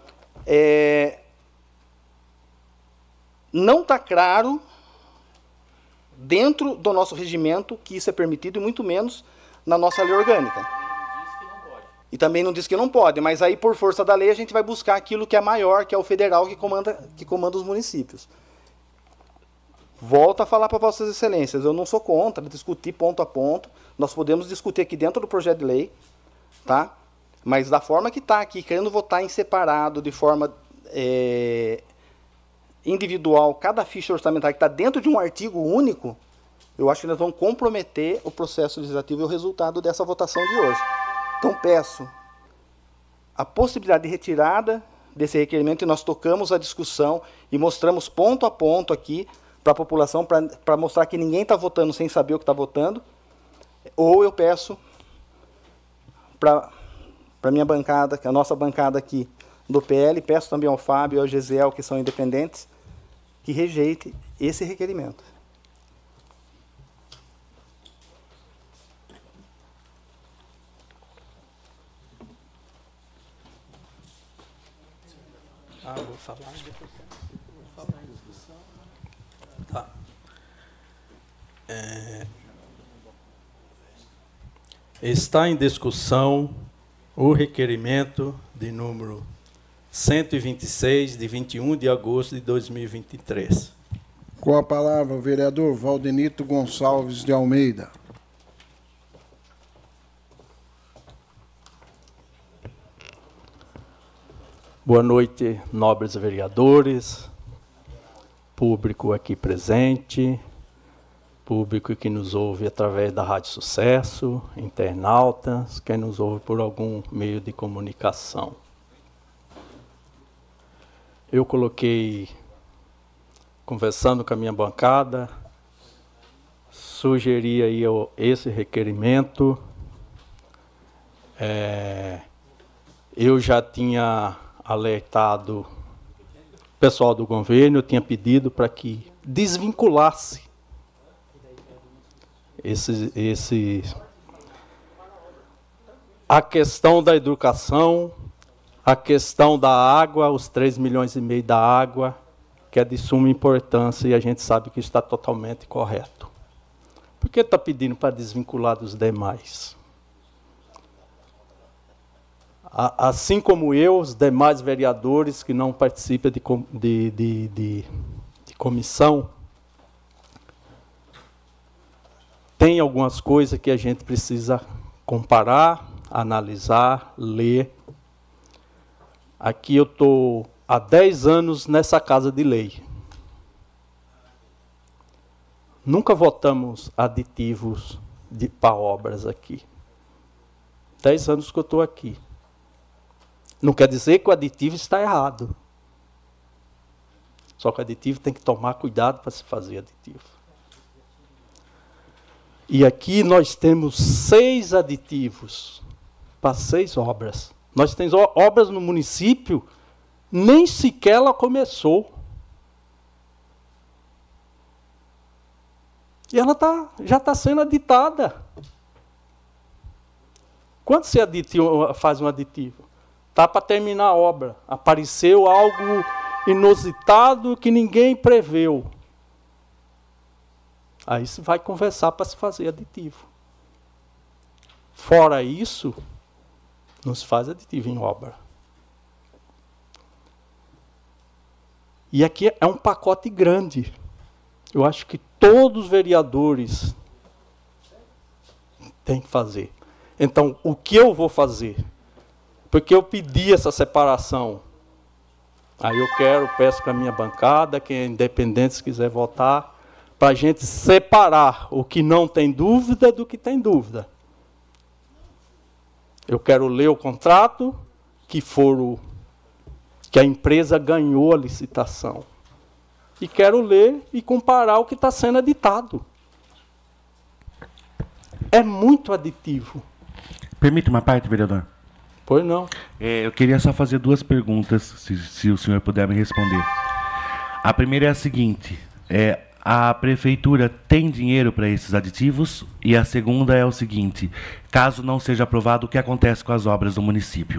Não está claro, dentro do nosso regimento, que isso é permitido, e muito menos na nossa lei orgânica. E também não diz que não pode, mas aí, por força da lei, a gente vai buscar aquilo que é maior, que é o federal, que comanda os municípios. Volto a falar para Vossas Excelências, eu não sou contra discutir ponto a ponto, nós podemos discutir aqui dentro do projeto de lei, tá? Mas da forma que está aqui, querendo votar em separado, de forma individual, cada ficha orçamentária que está dentro de um artigo único, eu acho que nós vamos comprometer o processo legislativo e o resultado dessa votação de hoje. Então, peço a possibilidade de retirada desse requerimento, e nós tocamos a discussão e mostramos ponto a ponto aqui para a população, para mostrar que ninguém está votando sem saber o que está votando. Ou eu peço para a minha bancada, que é a nossa bancada aqui do PL, peço também ao Fábio e ao Gesiel, que são independentes, que rejeite esse requerimento. Vou falar e depois vou falar em discussão. Tá. Está em discussão o requerimento de número 126, de 21 de agosto de 2023. Com a palavra, o vereador Valdenito Gonçalves de Almeida. Boa noite, nobres vereadores, público aqui presente, público que nos ouve através da Rádio Sucesso, internautas, quem nos ouve por algum meio de comunicação. Eu coloquei, conversando com a minha bancada, sugeri aí esse requerimento. Eu já tinha alertado o pessoal do governo, eu tinha pedido para que desvinculasse a questão da educação, a questão da água, os 3,5 milhões da água, que é de suma importância, e a gente sabe que está totalmente correto. Por que está pedindo para desvincular dos demais? Assim como eu, os demais vereadores que não participam de comissão, tem algumas coisas que a gente precisa comparar, analisar, ler. Aqui eu estou há 10 anos nessa casa de lei. Nunca votamos aditivos para obras aqui. 10 anos que eu estou aqui. Não quer dizer que o aditivo está errado. Só que o aditivo tem que tomar cuidado para se fazer aditivo. E aqui nós temos 6 aditivos para 6 obras. Nós temos obras no município, nem sequer ela começou. E ela já está sendo aditada. Quando você faz um aditivo? Está para terminar a obra. Apareceu algo inusitado que ninguém preveu. Aí você vai conversar para se fazer aditivo. Fora isso, não se faz aditivo em obra. E aqui é um pacote grande. Eu acho que todos os vereadores têm que fazer. Então, o que eu vou fazer? Porque eu pedi essa separação. Aí eu peço para a minha bancada, quem é independente, se quiser votar, para a gente separar o que não tem dúvida do que tem dúvida. Eu quero ler o contrato que a empresa ganhou a licitação. E quero ler e comparar o que está sendo editado. É muito aditivo. Permite uma parte, vereador? Pois não. Eu queria só fazer 2 perguntas, se o senhor puder me responder. A primeira é a seguinte: a prefeitura tem dinheiro para esses aditivos? E a segunda é o seguinte: caso não seja aprovado, o que acontece com as obras do município?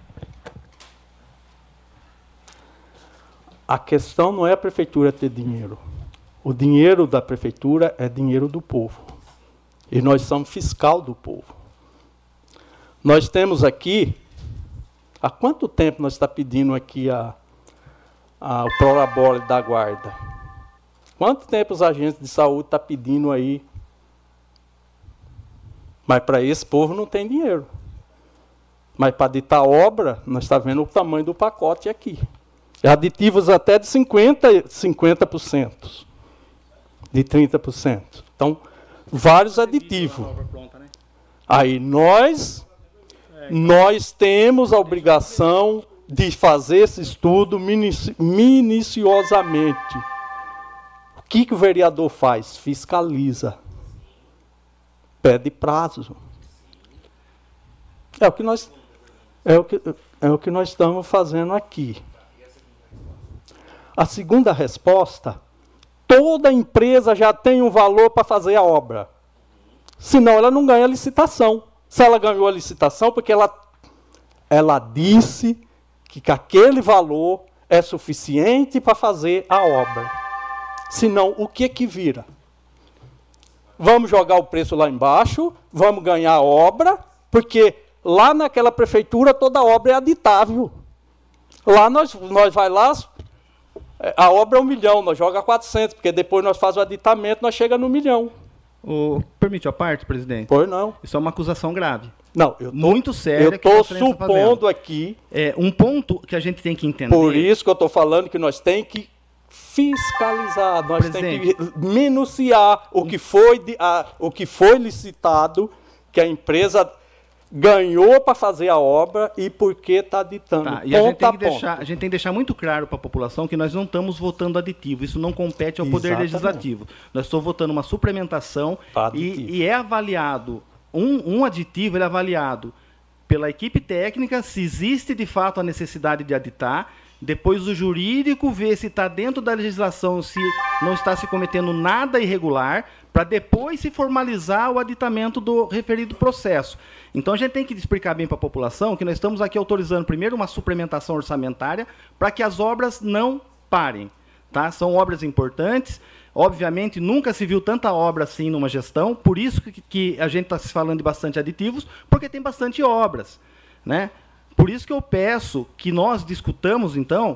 A questão não é a prefeitura ter dinheiro. O dinheiro da prefeitura é dinheiro do povo. E nós somos fiscal do povo. Nós temos aqui, há quanto tempo nós estamos pedindo aqui o prolabore da guarda? Quanto tempo os agentes de saúde estão pedindo aí? Mas para esse povo não tem dinheiro. Mas para ditar obra, nós estamos vendo o tamanho do pacote aqui. Aditivos até de 50%, de 30%. Então, vários aditivos. Aí nós temos a obrigação de fazer esse estudo minuciosamente. O que o vereador faz? Fiscaliza. Pede prazo. É o que nós estamos fazendo aqui. A segunda resposta: toda empresa já tem um valor para fazer a obra. Senão ela não ganha a licitação. Se ela ganhou a licitação, porque ela disse que aquele valor é suficiente para fazer a obra. Senão, o que vira? Vamos jogar o preço lá embaixo, vamos ganhar a obra, porque lá naquela prefeitura toda obra é aditável. Lá nós vai lá, a obra é 1 milhão, nós joga 400, porque depois nós fazemos o aditamento, nós chega no 1 milhão. Permite a parte, presidente? Pois não. Isso é uma acusação grave. Não, muito séria. Eu estou supondo aqui. Um ponto que a gente tem que entender. Por isso que eu estou falando que nós temos que fiscalizar, nós temos que minuciar o que foi licitado, que a empresa ganhou para fazer a obra e por que está ditando. Tá, e a gente tem que deixar muito claro para a população que nós não estamos votando aditivo. Isso não compete ao Poder Legislativo. Nós estamos votando uma suplementação e é avaliado, um aditivo ele é avaliado pela equipe técnica, se existe de fato a necessidade de aditar. Depois o jurídico vê se está dentro da legislação, se não está se cometendo nada irregular, para depois se formalizar o aditamento do referido processo. Então a gente tem que explicar bem para a população que nós estamos aqui autorizando primeiro uma suplementação orçamentária para que as obras não parem. Tá? São obras importantes. Obviamente, nunca se viu tanta obra assim numa gestão, por isso que a gente está se falando de bastante aditivos, porque tem bastante obras, né? Por isso que eu peço que nós discutamos, então,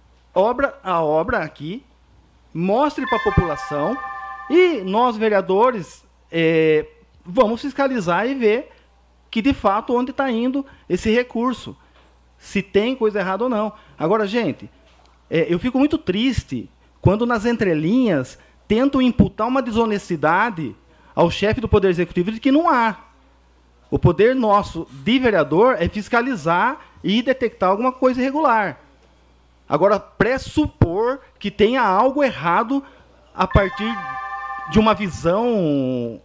a obra aqui, mostre para a população e nós, vereadores, vamos fiscalizar e ver que, de fato, onde está indo esse recurso, se tem coisa errada ou não. Agora, gente, eu fico muito triste quando, nas entrelinhas, tentam imputar uma desonestidade ao chefe do Poder Executivo de que não há. O poder nosso de vereador é fiscalizar e detectar alguma coisa irregular. Agora, pressupor que tenha algo errado a partir de uma visão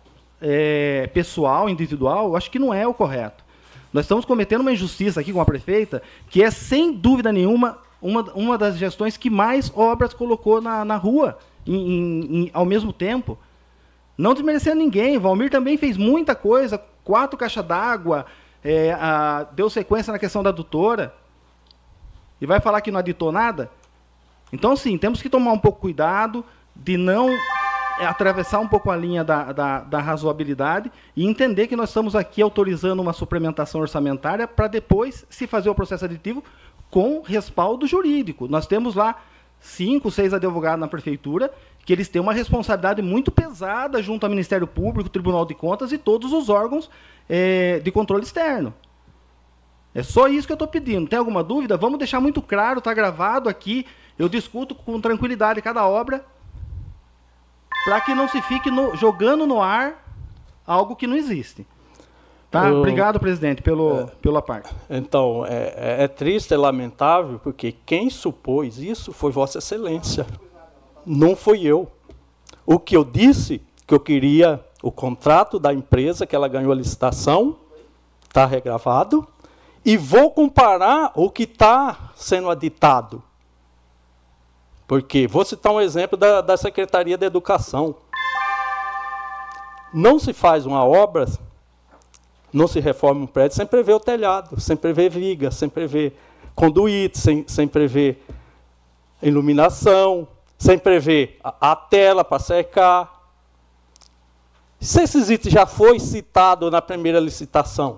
pessoal, individual, eu acho que não é o correto. Nós estamos cometendo uma injustiça aqui com a prefeita, que é, sem dúvida nenhuma, uma das gestões que mais obras colocou na rua ao mesmo tempo. Não desmerecendo ninguém, Valmir também fez muita coisa, 4 caixas d'água, deu sequência na questão da adutora, e vai falar que não aditou nada? Então, sim, temos que tomar um pouco cuidado de não atravessar um pouco a linha da razoabilidade e entender que nós estamos aqui autorizando uma suplementação orçamentária para depois se fazer o processo aditivo com respaldo jurídico. Nós temos lá 5, 6 advogados na prefeitura, que eles têm uma responsabilidade muito pesada junto ao Ministério Público, Tribunal de Contas e todos os órgãos de controle externo. É só isso que eu estou pedindo. Tem alguma dúvida? Vamos deixar muito claro, está gravado aqui. Eu discuto com tranquilidade cada obra, para que não se fique jogando no ar algo que não existe. Tá? Obrigado, presidente, pela parte. Então, é triste, é lamentável, porque quem supôs isso foi Vossa Excelência. Não fui eu. O que eu disse, que eu queria o contrato da empresa, que ela ganhou a licitação, está regravado, e vou comparar o que está sendo aditado. Porque, vou citar um exemplo da Secretaria da Educação. Não se faz uma obra, não se reforma um prédio sem prever o telhado, sem prever viga, sem prever conduíte, sem prever iluminação, sem prever a tela para secar. Se esses itens já foi citado na primeira licitação,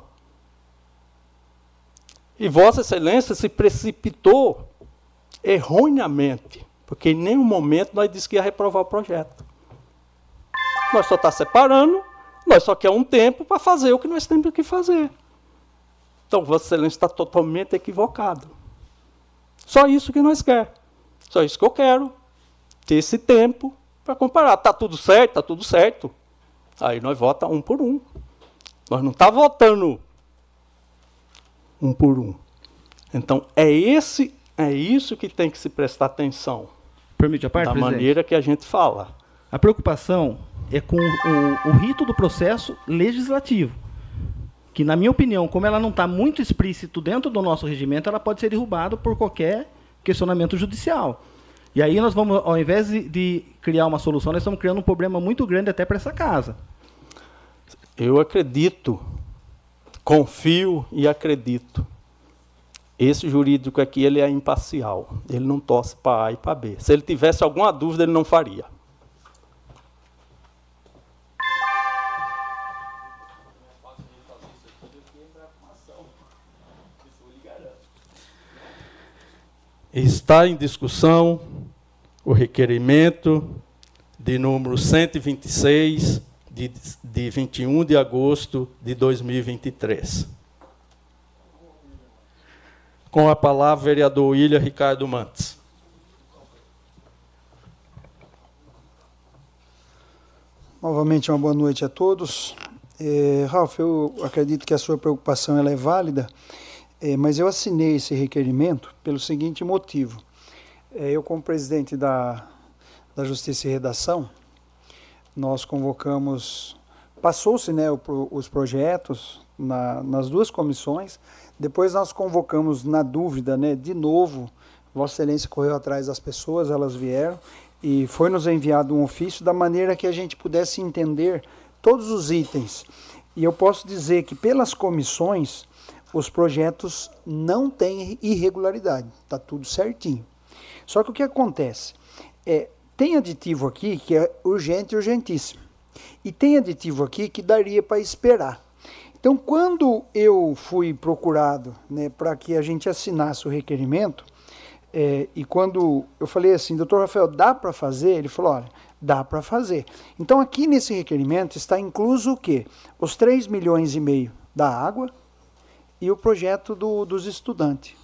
e Vossa Excelência se precipitou erroneamente, porque em nenhum momento nós dissemos que ia reprovar o projeto. Nós só estamos separando, nós só queremos um tempo para fazer o que nós temos que fazer. Então, Vossa Excelência está totalmente equivocado. Só isso que nós queremos. Só isso que eu quero. Ter esse tempo para comparar. Está tudo certo? Está tudo certo. Aí nós votamos um por um. Nós não estamos votando um por um. Então, é isso que tem que se prestar atenção. Permite a parte, da maneira que a gente fala. A preocupação é com o rito do processo legislativo, que, na minha opinião, como ela não está muito explícito dentro do nosso regimento, ela pode ser derrubada por qualquer questionamento judicial. E aí nós vamos, ao invés de criar uma solução, nós estamos criando um problema muito grande até para essa casa. Eu acredito, confio e acredito. Esse jurídico aqui, ele é imparcial. Ele não torce para A e para B. Se ele tivesse alguma dúvida, ele não faria. Está em discussão o requerimento de número 126, de 21 de agosto de 2023. Com a palavra, vereador William Ricardo Mantes. Novamente, uma boa noite a todos. Ralf, eu acredito que a sua preocupação ela é válida, mas eu assinei esse requerimento pelo seguinte motivo. Eu, como presidente da Justiça e Redação, nós convocamos, passou-se, né, os projetos nas duas comissões, depois nós convocamos, na dúvida, né, de novo, Vossa Excelência correu atrás das pessoas, elas vieram, e foi nos enviado um ofício da maneira que a gente pudesse entender todos os itens. E eu posso dizer que pelas comissões, os projetos não têm irregularidade, está tudo certinho. Só que o que acontece? Tem aditivo aqui que é urgente e urgentíssimo. E tem aditivo aqui que daria para esperar. Então, quando eu fui procurado, né, para que a gente assinasse o requerimento, e quando eu falei assim, doutor Rafael, dá para fazer? Ele falou, olha, dá para fazer. Então, aqui nesse requerimento está incluso o quê? Os 3,5 milhões da água e o projeto dos estudantes.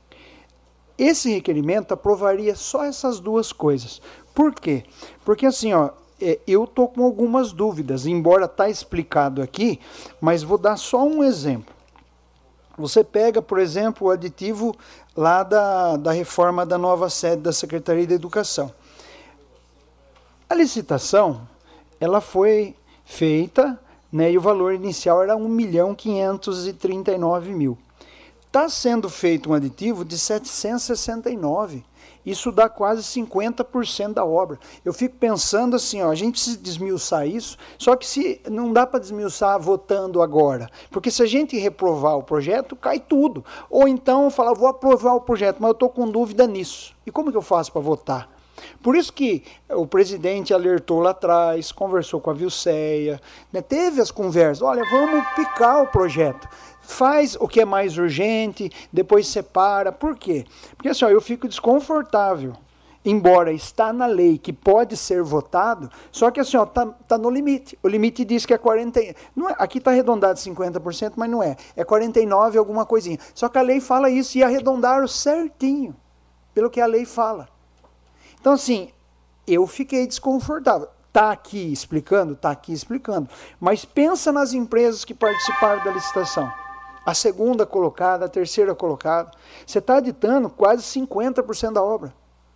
Esse requerimento aprovaria só essas duas coisas. Por quê? Porque assim, ó, eu estou com algumas dúvidas, embora está explicado aqui, mas vou dar só um exemplo. Você pega, por exemplo, o aditivo lá da reforma da nova sede da Secretaria da Educação. A licitação, ela foi feita, né, e o valor inicial era 1.539.000. Está sendo feito um aditivo de 769. Isso dá quase 50% da obra. Eu fico pensando assim, ó, a gente precisa desmiuçar isso, só que não dá para desmiuçar votando agora. Porque se a gente reprovar o projeto, cai tudo. Ou então falar, vou aprovar o projeto, mas eu estou com dúvida nisso. E como que eu faço para votar? Por isso que o presidente alertou lá atrás, conversou com a Vilceia, né, teve as conversas, olha, vamos picar o projeto. Faz o que é mais urgente, depois separa. Por quê? Porque assim, ó, eu fico desconfortável embora está na lei que pode ser votado, só que assim, tá no limite. O limite diz que é 40, não é, aqui está arredondado 50%, mas não é. É 49 alguma coisinha. Só que a lei fala isso e arredondaram certinho, pelo que a lei fala. Então assim, eu fiquei desconfortável. Está aqui explicando? Está aqui explicando. Mas pensa nas empresas que participaram da licitação. A segunda colocada, a terceira colocada. Você está ditando quase 50% da obra.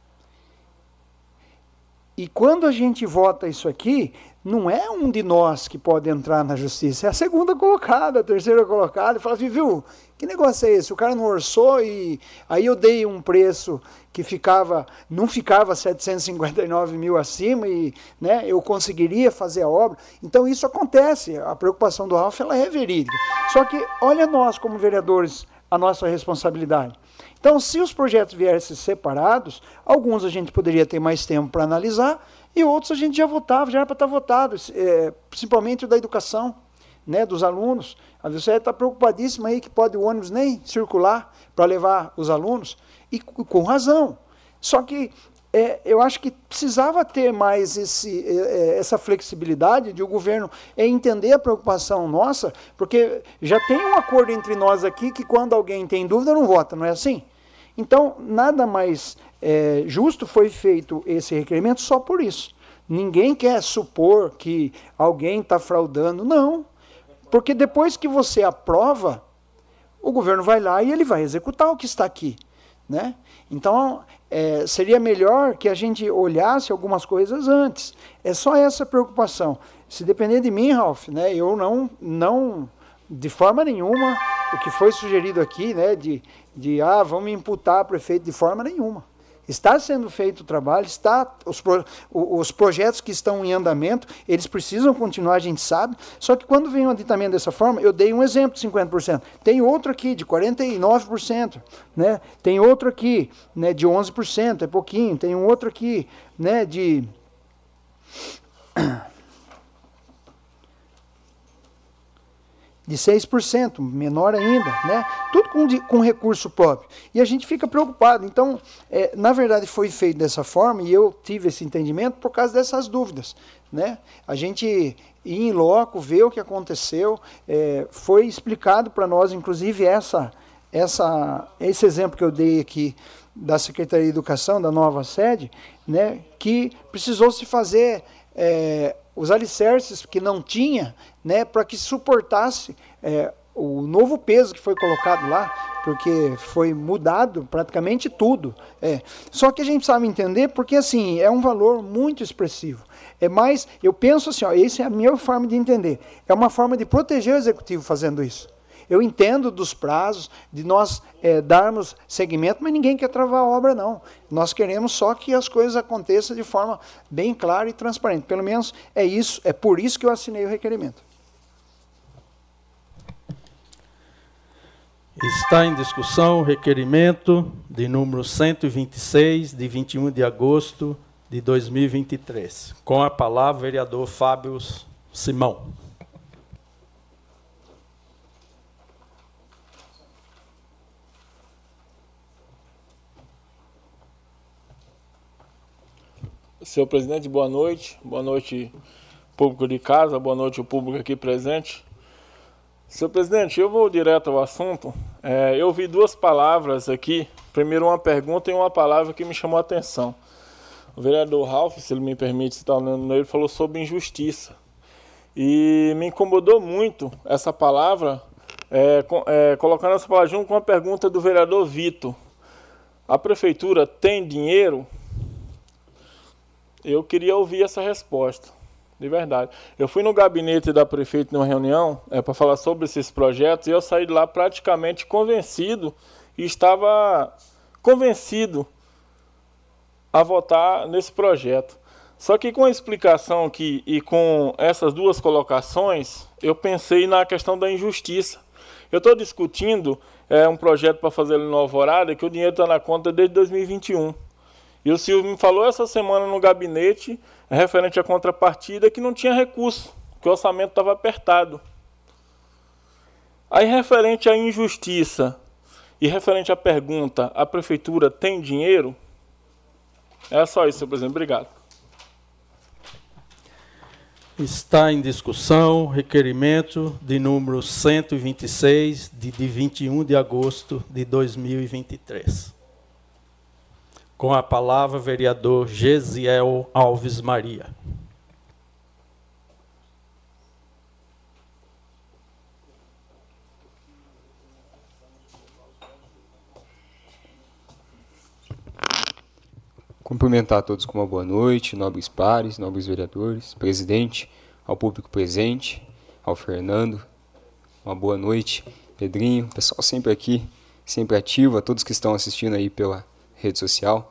E quando a gente vota isso aqui, não é um de nós que pode entrar na justiça, é a segunda colocada, a terceira colocada, e fala assim, viu, que negócio é esse? O cara não orçou e aí eu dei um preço que não ficava 759 mil acima e né, eu conseguiria fazer a obra. Então isso acontece, a preocupação do Ralf ela é verídica. Só que olha nós como vereadores, a nossa responsabilidade. Então, se os projetos viessem separados, alguns a gente poderia ter mais tempo para analisar e outros a gente já votava, já era para estar votado, principalmente o da educação, né, dos alunos. A você está preocupadíssima aí que pode o ônibus nem circular para levar os alunos, e com razão. Só que eu acho que precisava ter mais essa flexibilidade de o governo entender a preocupação nossa, porque já tem um acordo entre nós aqui que quando alguém tem dúvida não vota, não é assim? Então, nada mais justo foi feito esse requerimento só por isso. Ninguém quer supor que alguém está fraudando, não. Porque depois que você aprova, o governo vai lá e ele vai executar o que está aqui, né? Então, seria melhor que a gente olhasse algumas coisas antes. É só essa preocupação. Se depender de mim, Ralf, né, eu não, de forma nenhuma, o que foi sugerido aqui, né, vamos imputar prefeito, de forma nenhuma. Está sendo feito o trabalho, os projetos que estão em andamento, eles precisam continuar, a gente sabe, só que quando vem um aditamento dessa forma, eu dei um exemplo de 50%, tem outro aqui de 49%, né? Tem outro aqui, né, de 11%, é pouquinho, tem um outro aqui, né, de 6%, menor ainda, né? Tudo com recurso próprio. E a gente fica preocupado. Então, na verdade, foi feito dessa forma, e eu tive esse entendimento por causa dessas dúvidas, né? A gente ir em loco, ver o que aconteceu, foi explicado para nós, inclusive, esse exemplo que eu dei aqui da Secretaria de Educação, da nova sede, né? Que precisou se fazer os alicerces que não tinha, né, para que suportasse o novo peso que foi colocado lá, porque foi mudado praticamente tudo. Só que a gente precisava entender, porque assim, é um valor muito expressivo. Mas eu penso assim, essa é a minha forma de entender, é uma forma de proteger o executivo fazendo isso. Eu entendo dos prazos, de nós darmos seguimento, mas ninguém quer travar a obra, não. Nós queremos só que as coisas aconteçam de forma bem clara e transparente. Pelo menos é por isso que eu assinei o requerimento. Está em discussão o requerimento de número 126, de 21 de agosto de 2023. Com a palavra, o vereador Fábio Simão. Senhor presidente, boa noite. Boa noite, público de casa. Boa noite, o público aqui presente. Senhor presidente, eu vou direto ao assunto. Eu vi duas palavras aqui. Primeiro, uma pergunta e uma palavra que me chamou a atenção. O vereador Ralf, se ele me permite citar o nome dele, falou sobre injustiça. E me incomodou muito essa palavra, colocando essa palavra junto com a pergunta do vereador Vitor. A prefeitura tem dinheiro? Eu queria ouvir essa resposta, de verdade. Eu fui no gabinete da prefeita numa reunião para falar sobre esses projetos e eu saí de lá praticamente convencido e estava convencido a votar nesse projeto. Só que com a explicação aqui e com essas duas colocações, eu pensei na questão da injustiça. Eu estou discutindo um projeto para fazer ali no Alvorada que o dinheiro está na conta desde 2021. E o Silvio me falou essa semana no gabinete, referente à contrapartida, que não tinha recurso, que o orçamento estava apertado. Aí, referente à injustiça e referente à pergunta, a prefeitura tem dinheiro? É só isso, senhor presidente. Obrigado. Está em discussão requerimento de número 126, de 21 de agosto de 2023. Com a palavra, vereador Gesiel Alves Maria. Cumprimentar a todos com uma boa noite, nobres pares, nobres vereadores, presidente, ao público presente, ao Fernando, uma boa noite, Pedrinho, pessoal sempre aqui, sempre ativo, a todos que estão assistindo aí pela rede social.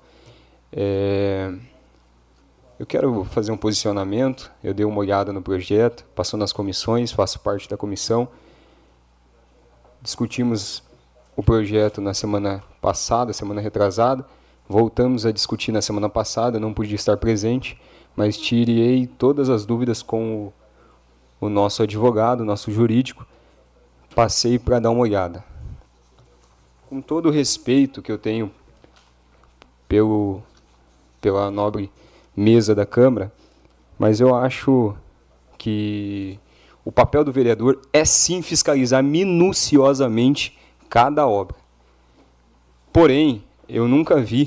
Eu quero fazer um posicionamento, eu dei uma olhada no projeto, passou nas comissões, faço parte da comissão, discutimos o projeto na semana passada, semana retrasada, voltamos a discutir na semana passada, não pude estar presente, mas tirei todas as dúvidas com o nosso advogado, nosso jurídico, passei para dar uma olhada. Com todo o respeito que eu tenho pela nobre mesa da Câmara, mas eu acho que o papel do vereador é sim fiscalizar minuciosamente cada obra. Porém, eu nunca vi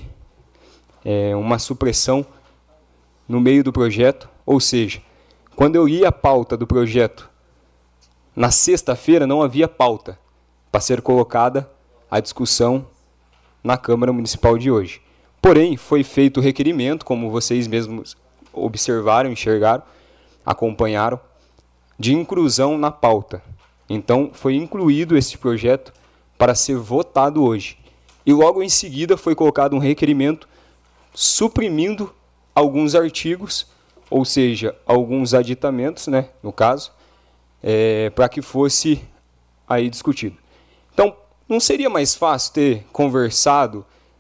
uma supressão no meio do projeto, ou seja, quando eu li a pauta do projeto, na sexta-feira não havia pauta para ser colocada à discussão na Câmara Municipal de hoje. Porém, foi feito o requerimento, como vocês mesmos observaram, enxergaram, acompanharam, de inclusão na pauta. Então, foi incluído esse projeto para ser votado hoje. E logo em seguida foi colocado um requerimento suprimindo alguns artigos, ou seja, alguns aditamentos, né, no caso, para que fosse aí discutido. Então, não seria mais fácil ter conversado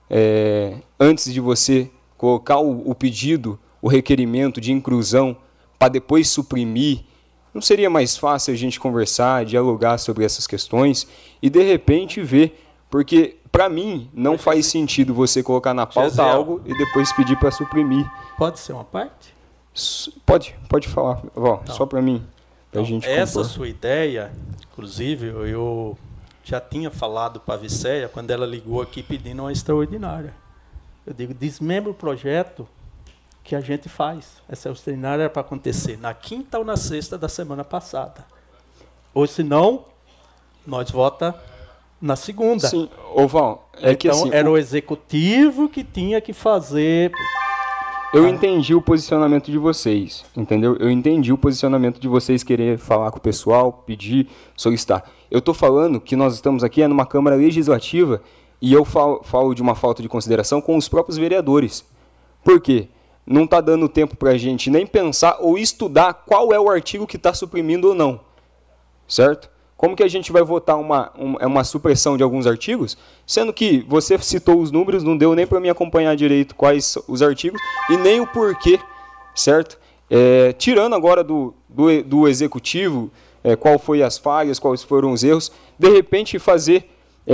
antes de você colocar o pedido, o requerimento de inclusão, para depois suprimir? Não seria mais fácil a gente conversar, dialogar sobre essas questões e, de repente, ver? Porque, para mim, não faz sentido você colocar na pauta algo e depois pedir para suprimir. Pode ser uma parte? Pode falar. Só para mim, para a gente compor. Essa sua ideia, inclusive, eu já tinha falado para a Vicéia quando ela ligou aqui pedindo uma extraordinária. Eu digo, desmembra o projeto que a gente faz. Essa extraordinária era para acontecer na quinta ou na sexta da semana passada. Ou, se não, nós votamos na segunda. Sim, Val, que assim, era o executivo que tinha que fazer. Eu entendi o posicionamento de vocês, entendeu? Eu entendi o posicionamento de vocês querer falar com o pessoal, pedir, solicitar. Eu estou falando que nós estamos aqui numa Câmara Legislativa e eu falo de uma falta de consideração com os próprios vereadores. Por quê? Não está dando tempo para a gente nem pensar ou estudar qual é o artigo que está suprimindo ou não, certo? Como que a gente vai votar uma supressão de alguns artigos, sendo que você citou os números, não deu nem para me acompanhar direito quais os artigos e nem o porquê, certo? Tirando agora do executivo, qual foi as falhas, quais foram os erros, de repente fazer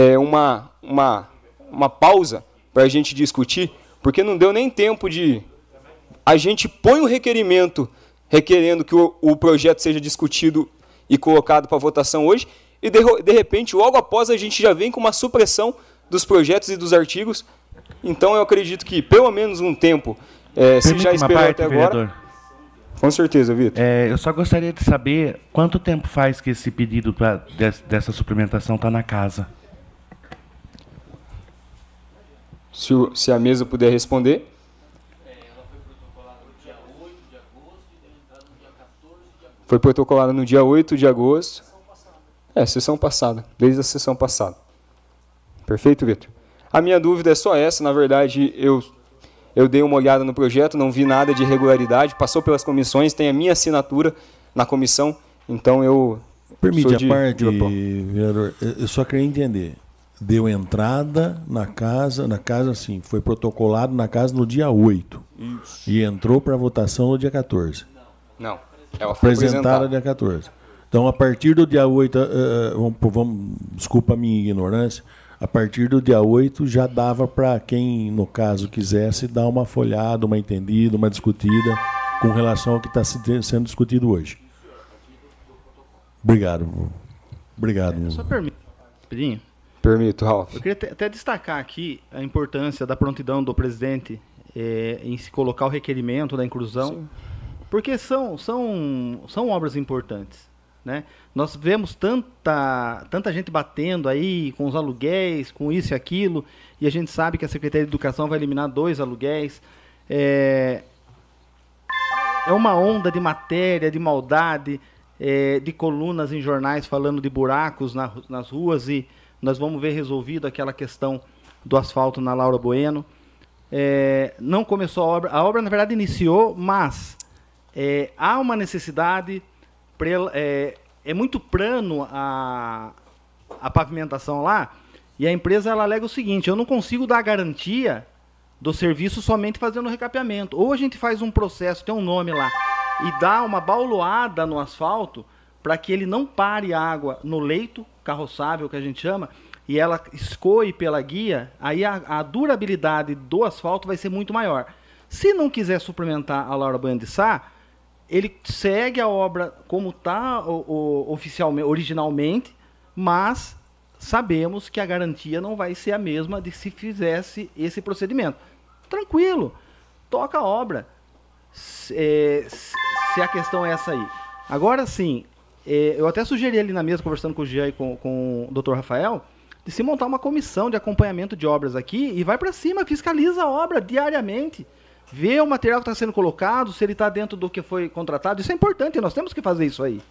uma pausa para a gente discutir, porque não deu nem tempo de... A gente põe o requerimento requerendo que o projeto seja discutido e colocado para votação hoje, e de repente, logo após, a gente já vem com uma supressão dos projetos e dos artigos. Então, eu acredito que, pelo menos um tempo, se já esperou até agora... Vereador. Com certeza, Vitor. Eu só gostaria de saber quanto tempo faz que esse pedido dessa suplementação está na casa. Se a mesa puder responder... Foi protocolada no dia 8 de agosto. Sessão passada, desde a sessão passada. Perfeito, Vitor? A minha dúvida é só essa. Na verdade, eu dei uma olhada no projeto, não vi nada de irregularidade, passou pelas comissões, tem a minha assinatura na comissão, então eu... Permite a parte, vereador, eu só queria entender. Deu entrada na casa sim, foi protocolado na casa no dia 8. Isso. E entrou para votação no dia 14. Não. Ela foi apresentada dia 14. Então, a partir do dia 8, desculpa a minha ignorância, A partir do dia 8 já dava para quem, no caso, quisesse dar uma folhada, uma entendida, uma discutida com relação ao que está sendo discutido hoje. Obrigado. Obrigado. Só permito. Permito, Ralf. Eu queria até destacar aqui a importância da prontidão do presidente em se colocar o requerimento da inclusão, sim, porque são obras importantes, né? Nós vemos tanta gente batendo aí com os aluguéis, com isso e aquilo, e a gente sabe que a Secretaria de Educação vai eliminar 2 aluguéis. É uma onda de matéria, de maldade, de colunas em jornais falando de buracos nas ruas, e nós vamos ver resolvido aquela questão do asfalto na Laura Bueno. Não começou a obra na verdade iniciou, mas há uma necessidade, é muito plano a pavimentação lá, e a empresa ela alega o seguinte: eu não consigo dar garantia do serviço somente fazendo o recapeamento. Ou a gente faz um processo, tem um nome lá, e dá uma bauloada no asfalto para que ele não pare água no leito carroçável, que a gente chama, e ela escoe pela guia, aí a durabilidade do asfalto vai ser muito maior. Se não quiser suplementar a Laura Bueno de Sá, ele segue a obra como está oficialmente, originalmente, mas sabemos que a garantia não vai ser a mesma de se fizesse esse procedimento. Tranquilo, toca a obra, se a questão é essa aí. Agora sim, eu até sugeri ali na mesa, conversando com o Jean e com o Dr. Rafael, de se montar uma comissão de acompanhamento de obras aqui e vai para cima, fiscaliza a obra diariamente, vê o material que está sendo colocado, se ele está dentro do que foi contratado. Isso é importante, nós temos que fazer isso aí.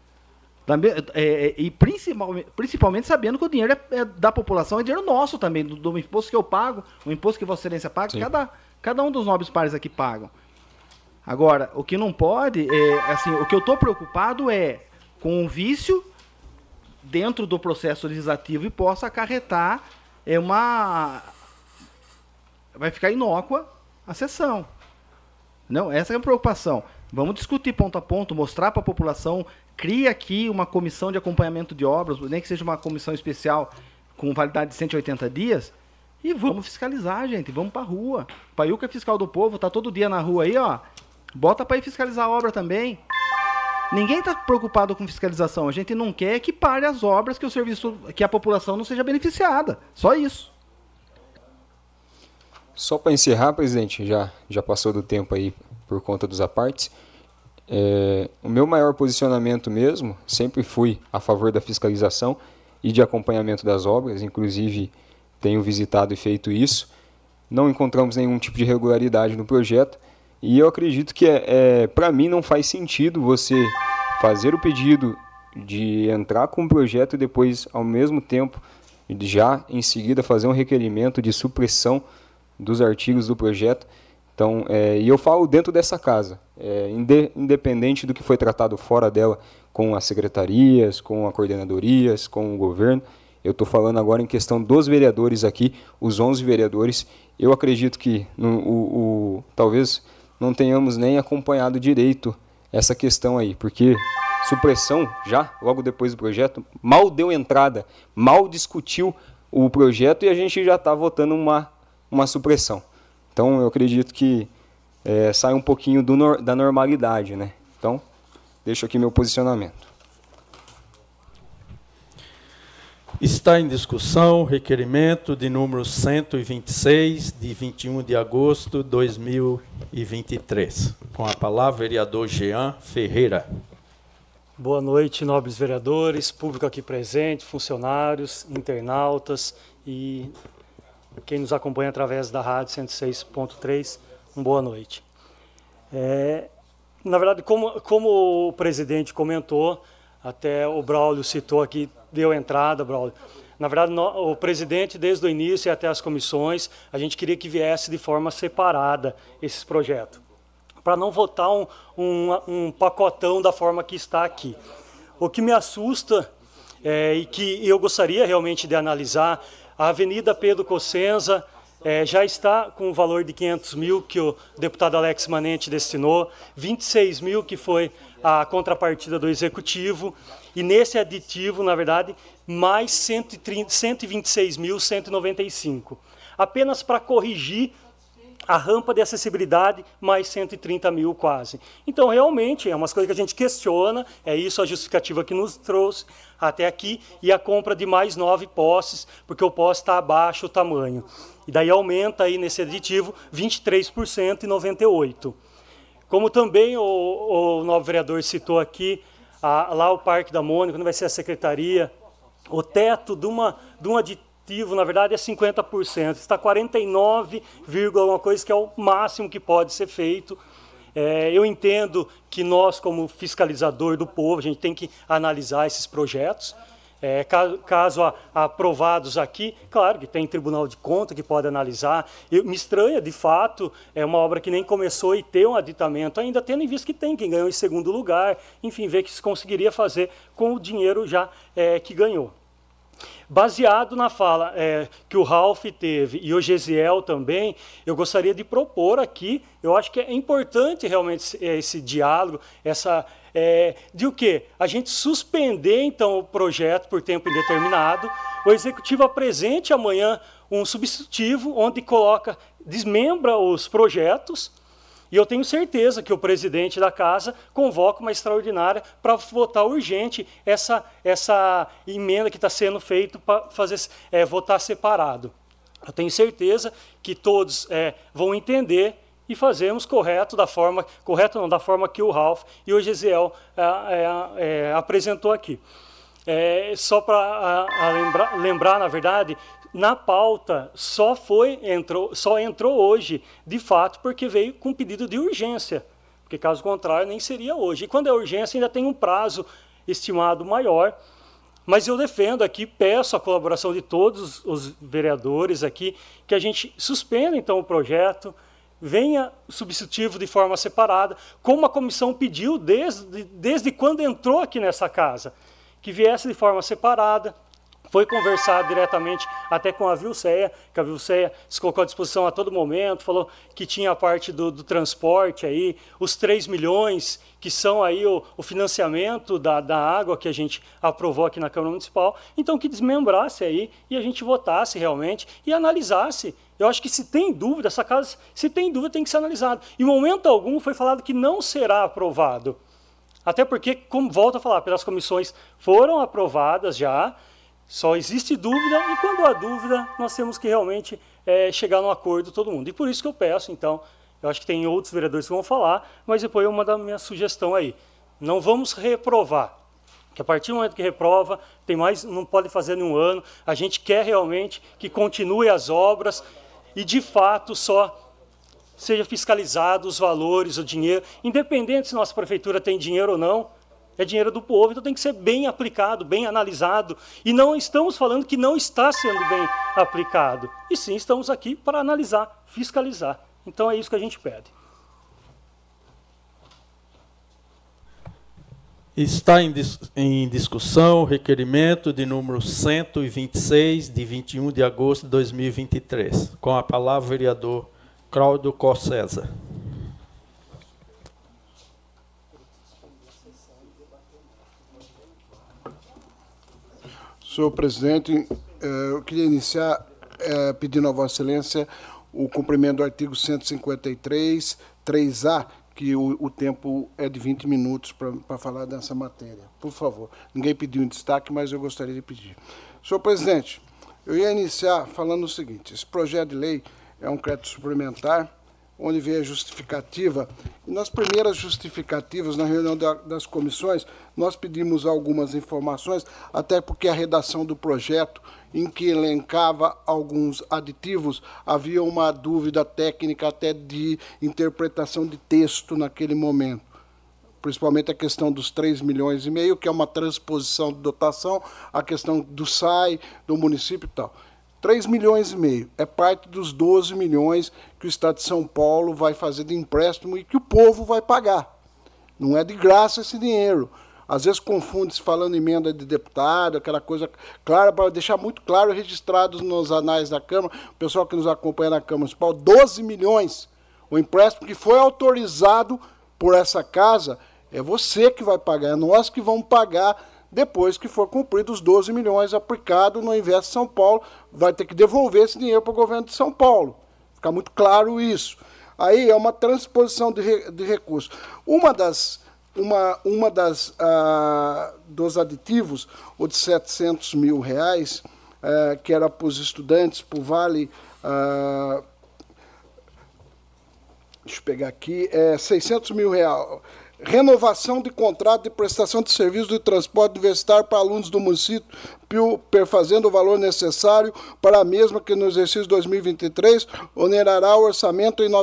E principalmente sabendo que o dinheiro da população é dinheiro nosso também, do imposto que eu pago, o imposto que Vossa Excelência paga, cada um dos nobres pares aqui pagam. Agora, o que não pode, o que eu estou preocupado é com o vício dentro do processo legislativo e possa acarretar vai ficar inócua a sessão. Não, essa é a preocupação. Vamos discutir ponto a ponto, mostrar para a população, cria aqui uma comissão de acompanhamento de obras, nem que seja uma comissão especial com validade de 180 dias, e vamos fiscalizar, gente, vamos para a rua. O Paiuca é fiscal do povo, tá todo dia na rua aí, ó, bota para ir fiscalizar a obra também. Ninguém está preocupado com fiscalização, a gente não quer que pare as obras, que a população não seja beneficiada, só isso. Só para encerrar, presidente, já passou do tempo aí por conta dos apartes. O meu maior posicionamento mesmo, sempre fui a favor da fiscalização e de acompanhamento das obras, inclusive tenho visitado e feito isso. Não encontramos nenhum tipo de irregularidade no projeto e eu acredito que, para mim, não faz sentido você fazer o pedido de entrar com o projeto e depois, ao mesmo tempo, já em seguida fazer um requerimento de supressão dos artigos do projeto. Então, e eu falo dentro dessa casa, independente do que foi tratado fora dela com as secretarias, com as coordenadorias, com o governo, eu estou falando agora em questão dos vereadores aqui, os 11 vereadores. Eu acredito que talvez não tenhamos nem acompanhado direito essa questão aí, porque supressão já, logo depois do projeto, mal deu entrada, mal discutiu o projeto e a gente já está votando uma supressão. Então, eu acredito que sai um pouquinho da normalidade, né? Então, deixo aqui meu posicionamento. Está em discussão o requerimento de número 126, de 21 de agosto de 2023. Com a palavra, vereador Jean Ferreira. Boa noite, nobres vereadores, público aqui presente, funcionários, internautas e quem nos acompanha através da rádio 106.3, boa noite. Na verdade, como o presidente comentou, até o Braulio citou aqui, deu entrada, Braulio. Na verdade, o presidente, desde o início e até as comissões, a gente queria que viesse de forma separada esses projetos, para não votar um pacotão da forma que está aqui. O que me assusta e que eu gostaria realmente de analisar, a Avenida Pedro Cossenza, já está com o valor de 500 mil que o deputado Alex Manente destinou, 26 mil que foi a contrapartida do Executivo, e nesse aditivo, na verdade, mais 126.195. Apenas para corrigir a rampa de acessibilidade, mais 130 mil quase. Então, realmente, é umas coisas que a gente questiona, é isso a justificativa que nos trouxe até aqui, e a compra de mais 9 postes, porque o poste está abaixo o tamanho. E daí aumenta aí nesse aditivo 23% e 98%. Como também o novo vereador citou aqui, lá o Parque da Mônica, onde vai ser a secretaria, o teto de um aditivo, na verdade, é 50%. Está 49, alguma coisa, que é o máximo que pode ser feito. Eu entendo que nós, como fiscalizador do povo, a gente tem que analisar esses projetos. Caso aprovados aqui, claro que tem Tribunal de Contas que pode analisar. Me estranha, de fato, é uma obra que nem começou e ter um aditamento, ainda tendo em vista que tem quem ganhou em segundo lugar, enfim, ver que se conseguiria fazer com o dinheiro já que ganhou. Baseado na fala que o Ralph teve e o Gesiel também, eu gostaria de propor aqui, eu acho que é importante realmente esse diálogo, de o quê? A gente suspender, então, o projeto por tempo indeterminado, o Executivo apresente amanhã um substitutivo onde desmembra os projetos, e eu tenho certeza que o presidente da casa convoca uma extraordinária para votar urgente essa emenda que está sendo feita para votar separado. Eu tenho certeza que todos vão entender e fazemos da forma que o Ralph e o Gesiel apresentou aqui. Só para lembrar, na verdade, na pauta só entrou hoje, de fato, porque veio com pedido de urgência, porque caso contrário nem seria hoje. E quando é urgência ainda tem um prazo estimado maior, mas eu defendo aqui, peço a colaboração de todos os vereadores aqui, que a gente suspenda então o projeto, venha substitutivo de forma separada, como a comissão pediu desde quando entrou aqui nessa casa, que viesse de forma separada. Foi conversado diretamente até com a Vilceia, que a Vilceia se colocou à disposição a todo momento, falou que tinha a parte do transporte, aí, os 3 milhões, que são aí o financiamento da água que a gente aprovou aqui na Câmara Municipal. Então, que desmembrasse aí e a gente votasse realmente e analisasse. Eu acho que se tem dúvida, essa casa, se tem dúvida, tem que ser analisado. Em momento algum foi falado que não será aprovado. Até porque, como volto a falar, pelas comissões foram aprovadas já, só existe dúvida, e quando há dúvida, nós temos que realmente chegar num acordo todo mundo. E por isso que eu peço, então, eu acho que tem outros vereadores que vão falar, mas depois uma da minha sugestão aí. Não vamos reprovar, que a partir do momento que reprova, não pode fazer em um ano, a gente quer realmente que continue as obras e, de fato, só seja fiscalizado os valores, o dinheiro, independente se nossa prefeitura tem dinheiro ou não, é dinheiro do povo, então tem que ser bem aplicado, bem analisado. E não estamos falando que não está sendo bem aplicado. E sim, estamos aqui para analisar, fiscalizar. Então é isso que a gente pede. Está em discussão o requerimento de número 126, de 21 de agosto de 2023. Com a palavra o vereador Cláudio Cossesa. Senhor presidente, eu queria iniciar pedindo a Vossa Excelência o cumprimento do artigo 153, 3A, que o tempo é de 20 minutos para falar dessa matéria. Por favor. Ninguém pediu um destaque, mas eu gostaria de pedir. Senhor presidente, eu ia iniciar falando o seguinte: esse projeto de lei é um crédito suplementar, onde vem a justificativa. E nas primeiras justificativas, na reunião das comissões, nós pedimos algumas informações, até porque a redação do projeto, em que elencava alguns aditivos, havia uma dúvida técnica até de interpretação de texto naquele momento. Principalmente a questão dos 3,5 milhões, que é uma transposição de dotação, a questão do SAI, do município e tal. 3,5 milhões é parte dos 12 milhões que o Estado de São Paulo vai fazer de empréstimo e que o povo vai pagar. Não é de graça esse dinheiro. Às vezes confunde-se falando emenda de deputado, aquela coisa clara, para deixar muito claro, registrados nos anais da Câmara, o pessoal que nos acompanha na Câmara Municipal, 12 milhões. O empréstimo que foi autorizado por essa casa, é você que vai pagar, é nós que vamos pagar depois que for cumprido os 12 milhões aplicado no Invest São Paulo, vai ter que devolver esse dinheiro para o governo de São Paulo. Fica muito claro isso. Aí é uma transposição de recursos. Dos aditivos, o de R$700 mil, que era para os estudantes, para o Vale, deixa eu pegar aqui, R$600 mil. Renovação de contrato de prestação de serviço de transporte universitário para alunos do município, perfazendo o valor necessário para a mesma que no exercício 2023 onerará o orçamento em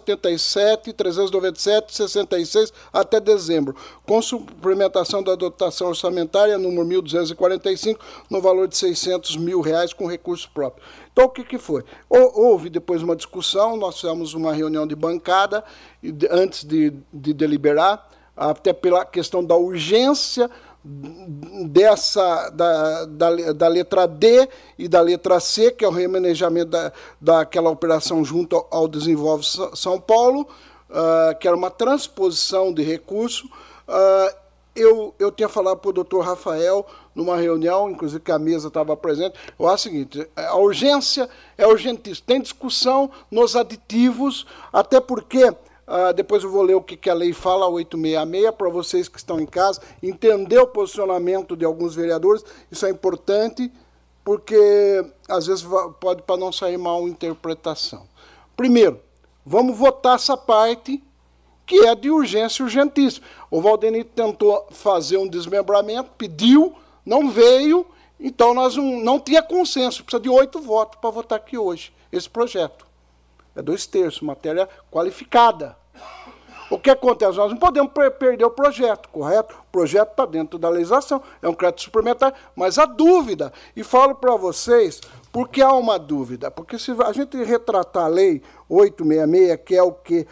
977.397,66 até dezembro, com suplementação da dotação orçamentária número 1.245 no valor de R$600 mil com recurso próprio. Então, o que foi? Houve depois uma discussão, nós fizemos uma reunião de bancada antes de deliberar, até pela questão da urgência da letra D e da letra C, que é o remanejamento daquela operação junto ao Desenvolve São Paulo, que era uma transposição de recurso. Eu tinha falado para o doutor Rafael, numa reunião, inclusive que a mesa estava presente, eu acho o seguinte, a urgência é urgentíssima. Tem discussão nos aditivos, até porque, depois eu vou ler o que a lei fala, 866, para vocês que estão em casa, entender o posicionamento de alguns vereadores, isso é importante, porque às vezes pode para não sair mal interpretação. Primeiro, vamos votar essa parte que é de urgência urgentíssima. O Valdenito tentou fazer um desmembramento, pediu, não veio, então nós não tinha consenso, precisa de 8 votos para votar aqui hoje, esse projeto. É 2/3, matéria qualificada. O que acontece? Nós não podemos perder o projeto, correto? O projeto está dentro da legislação, é um crédito suplementar, mas a dúvida, e falo para vocês, por que há uma dúvida? Porque se a gente retratar a lei 866, que é o que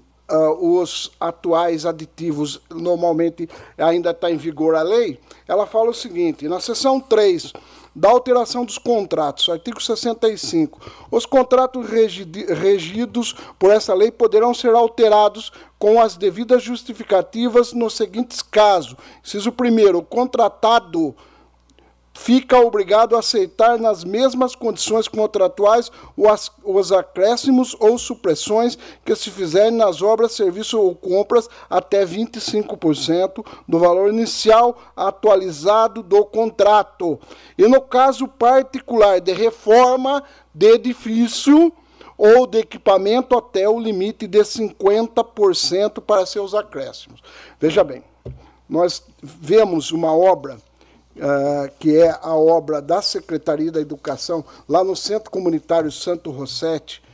os atuais aditivos, normalmente ainda está em vigor a lei, ela fala o seguinte, na seção 3, da alteração dos contratos, artigo 65, os contratos regidos por essa lei poderão ser alterados com as devidas justificativas nos seguintes casos. Inciso 1º, o contratado fica obrigado a aceitar nas mesmas condições contratuais os acréscimos ou supressões que se fizerem nas obras, serviços ou compras até 25% do valor inicial atualizado do contrato. E no caso particular de reforma de edifício ou de equipamento até o limite de 50% para seus acréscimos. Veja bem, nós vemos uma obra que é a obra da Secretaria da Educação, lá no Centro Comunitário Santo Rossetti,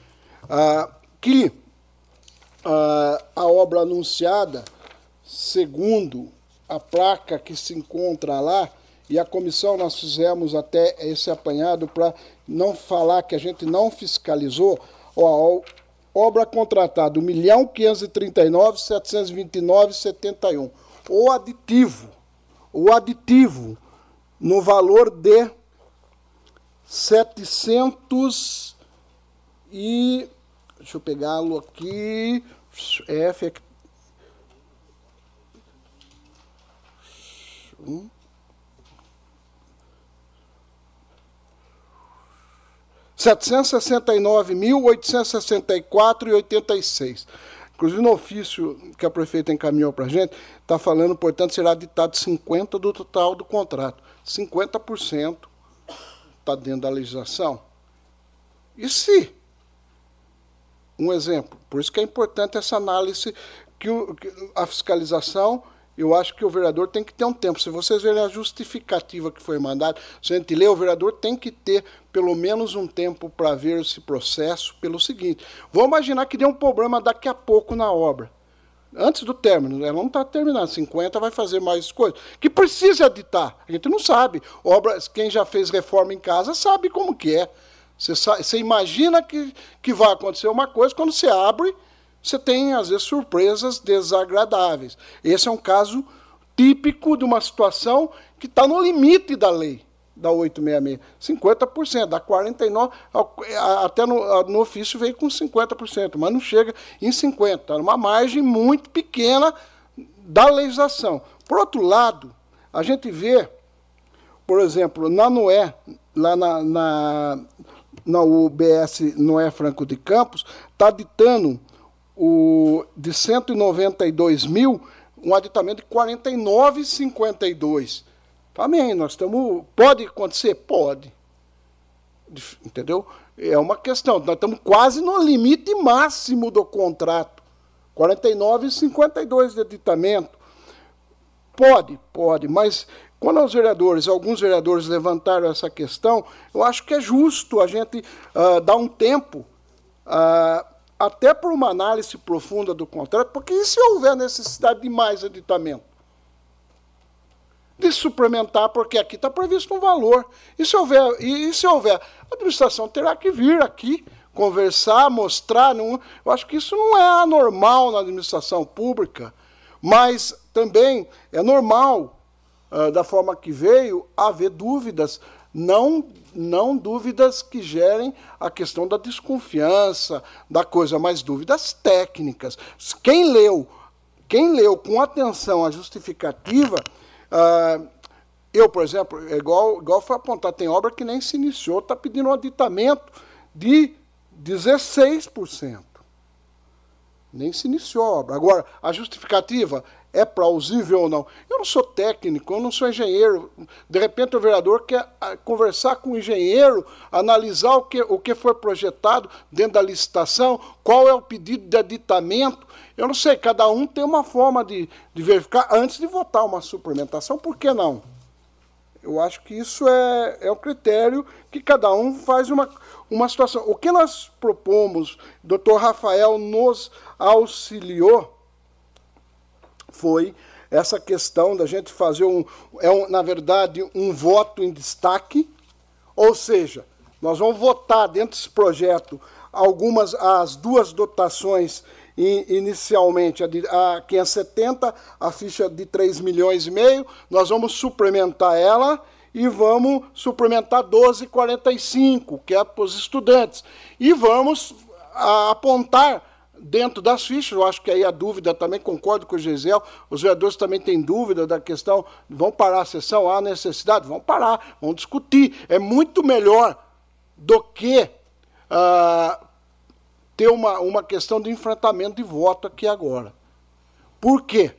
que a obra anunciada, segundo a placa que se encontra lá, e a comissão nós fizemos até esse apanhado para não falar que a gente não fiscalizou, obra contratada, R$1.539.729,71. O aditivo, no valor de 700 e... Deixa eu pegá-lo aqui. F aqui. 769.864,86. Inclusive, no ofício que a prefeita encaminhou para a gente, está falando, portanto, será ditado 50% do total do contrato. 50% está dentro da legislação. E se? Um exemplo. Por isso que é importante essa análise, que a fiscalização, eu acho que o vereador tem que ter um tempo. Se vocês verem a justificativa que foi mandada, se a gente ler, o vereador tem que ter pelo menos um tempo para ver esse processo, pelo seguinte, vamos imaginar que dê um problema daqui a pouco na obra, antes do término, ela não está terminando, 50 vai fazer mais coisas, que precisa editar, a gente não sabe, obras, quem já fez reforma em casa sabe como que é, você imagina que vai acontecer uma coisa, quando você abre, você tem, às vezes, surpresas desagradáveis. Esse é um caso típico de uma situação que está no limite da lei, da 866. 50%, dá 49%, até no ofício veio com 50%, mas não chega em 50%. Está numa margem muito pequena da legislação. Por outro lado, a gente vê, por exemplo, na NOE, lá na UBS Noé Franco de Campos, está ditando de 192 mil, um aditamento de 49,52. Também, nós estamos... Pode acontecer? Pode. Entendeu? É uma questão. Nós estamos quase no limite máximo do contrato. 49,52 de aditamento. Pode, mas quando alguns vereadores levantaram essa questão, eu acho que é justo a gente dar um tempo, até por uma análise profunda do contrato, porque e se houver necessidade de mais aditamento? De suplementar, porque aqui está previsto um valor. E se houver, a administração terá que vir aqui, conversar, mostrar. Eu acho que isso não é anormal na administração pública, mas também é normal, da forma que veio, haver dúvidas, não dúvidas que gerem a questão da desconfiança, da coisa, mas dúvidas técnicas. Quem leu com atenção a justificativa, eu, por exemplo, igual foi apontado, tem obra que nem se iniciou, está pedindo um aditamento de 16%. Nem se iniciou a obra. Agora, a justificativa é plausível ou não? Eu não sou técnico, eu não sou engenheiro. De repente o vereador quer conversar com o engenheiro, analisar o que foi projetado dentro da licitação, qual é o pedido de aditamento. Eu não sei, cada um tem uma forma de verificar antes de votar uma suplementação, por que não? Eu acho que isso é um critério que cada um faz uma situação. O que nós propomos, o doutor Rafael nos auxiliou, foi essa questão da gente fazer, na verdade, um voto em destaque, ou seja, nós vamos votar dentro desse projeto as duas dotações inicialmente, a 570, a ficha de 3,5 milhões, nós vamos suplementar ela e vamos suplementar 12,45, que é para os estudantes. E vamos apontar dentro das fichas, eu acho que aí a dúvida também, concordo com o Gisele, os vereadores também têm dúvida da questão, vão parar a sessão, há necessidade, vão parar, vão discutir. É muito melhor do que ter uma questão de enfrentamento de voto aqui agora. Por quê?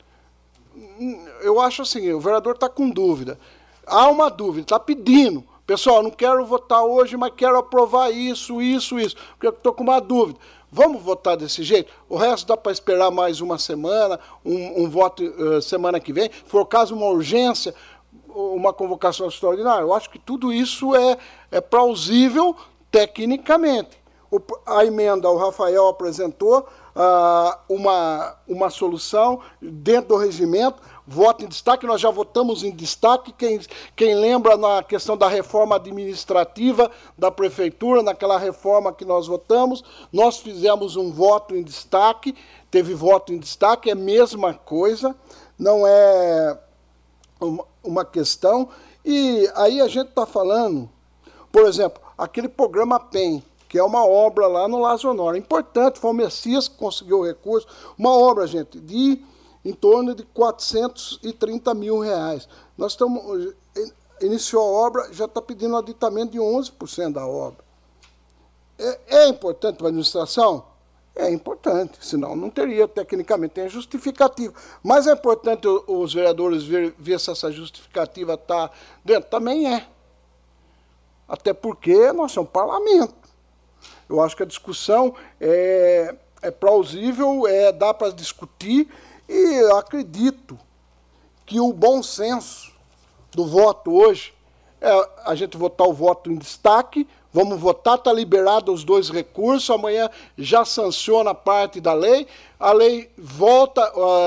Eu acho assim, o vereador está com dúvida. Há uma dúvida, está pedindo. Pessoal, não quero votar hoje, mas quero aprovar isso, porque eu estou com uma dúvida. Vamos votar desse jeito? O resto dá para esperar mais uma semana, um voto semana que vem. Se for caso uma urgência, uma convocação extraordinária. Eu acho que tudo isso é plausível tecnicamente. A emenda, o Rafael apresentou uma solução dentro do regimento, voto em destaque, nós já votamos em destaque, quem lembra na questão da reforma administrativa da prefeitura, naquela reforma que nós votamos, nós fizemos um voto em destaque, teve voto em destaque, é a mesma coisa, não é uma questão, e aí a gente está falando, por exemplo, aquele programa PEN, que é uma obra lá no Lázaro Honório. Importante, foi o Messias que conseguiu o recurso. Uma obra, gente, em torno de 430 mil reais. Nós iniciou a obra, já está pedindo um aditamento de 11% da obra. É importante para a administração? É importante, senão não teria, tecnicamente, tem a justificativa. Mas é importante os vereadores ver se essa justificativa está dentro. Também é. Até porque nós somos parlamento. Eu acho que a discussão é plausível, dá para discutir, e eu acredito que o bom senso do voto hoje é a gente votar o voto em destaque, vamos votar, está liberado os 2 recursos, amanhã já sanciona a parte da lei, a lei volta,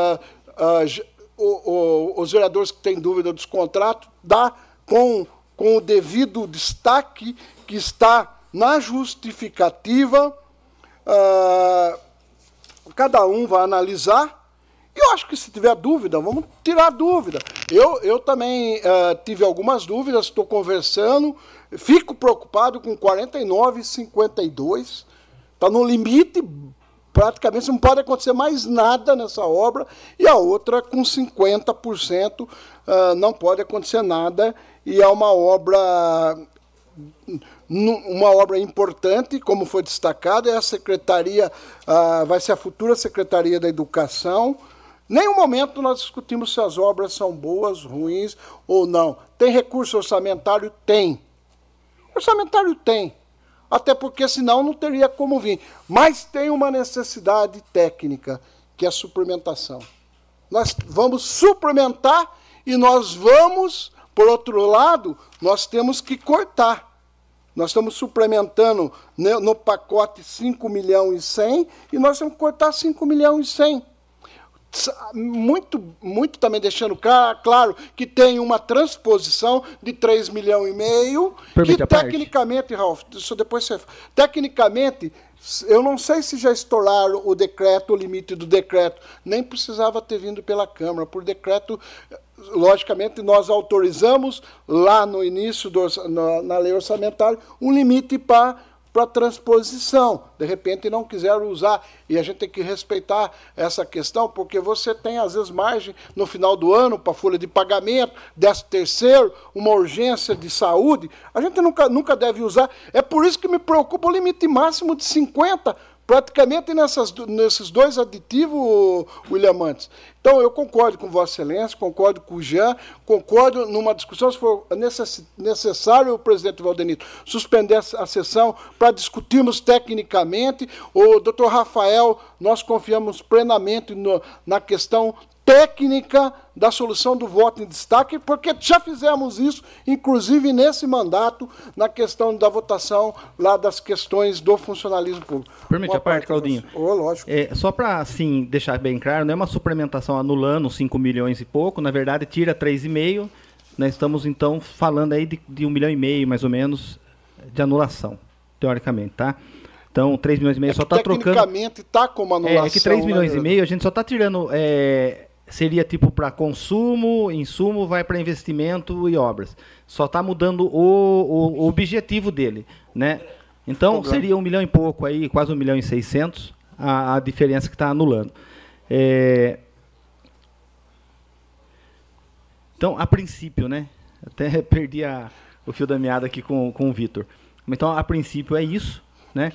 os vereadores que têm dúvida dos contratos, dá com o devido destaque que está na justificativa, cada um vai analisar Eu acho que se tiver dúvida, vamos tirar a dúvida. Eu também tive algumas dúvidas, estou conversando, fico preocupado com 49,52, está no limite, praticamente não pode acontecer mais nada nessa obra, e a outra com 50%, não pode acontecer nada, e é uma obra importante, como foi destacado, é a secretaria, vai ser a futura Secretaria da Educação. Nenhum momento nós discutimos se as obras são boas, ruins ou não. Tem recurso orçamentário? Tem. Orçamentário tem. Até porque senão não teria como vir. Mas tem uma necessidade técnica, que é a suplementação. Nós vamos suplementar e nós vamos, por outro lado, nós temos que cortar. Nós estamos suplementando no pacote 5 milhões e 100 e nós temos que cortar 5 milhões e 100. Muito também deixando claro que tem uma transposição de 3 milhões e meio, que tecnicamente, Ralf, isso depois você... Tecnicamente, eu não sei se já estouraram o decreto, o limite do decreto, nem precisava ter vindo pela Câmara. Por decreto, logicamente, nós autorizamos lá no início, na lei orçamentária, um limite para transposição. De repente não quiseram usar, e a gente tem que respeitar essa questão, porque você tem, às vezes, margem no final do ano para folha de pagamento, 13º, uma urgência de saúde, a gente nunca deve usar. É por isso que me preocupa o limite máximo de 50%, praticamente nesses dois aditivos, William Mantes. Então, eu concordo com Vossa Excelência, concordo com o Jean, concordo numa discussão, se for necessário, o presidente Valdenito suspender a sessão para discutirmos tecnicamente. O doutor Rafael, nós confiamos plenamente na questão técnica da solução do voto em destaque, porque já fizemos isso, inclusive nesse mandato, na questão da votação lá das questões do funcionalismo público. Permite a parte, Claudinho? Lógico. Só para assim, deixar bem claro, não é uma suplementação anulando 5 milhões e pouco, na verdade tira 3,5, nós estamos então falando aí de 1,5 milhão, mais ou menos, de anulação, teoricamente, tá? Então, 3 milhões e meio só está trocando... Tecnicamente está como anulação. É que 3 milhões e meio a gente só está tirando... seria tipo para consumo, insumo, vai para investimento e obras. Só está mudando o objetivo dele, né? Então, seria 1 milhão e pouco, aí, quase 1 milhão e 600, a diferença que está anulando. Então, a princípio, né? Até perdi o fio da meada aqui com o Vitor. Então, a princípio é isso, né?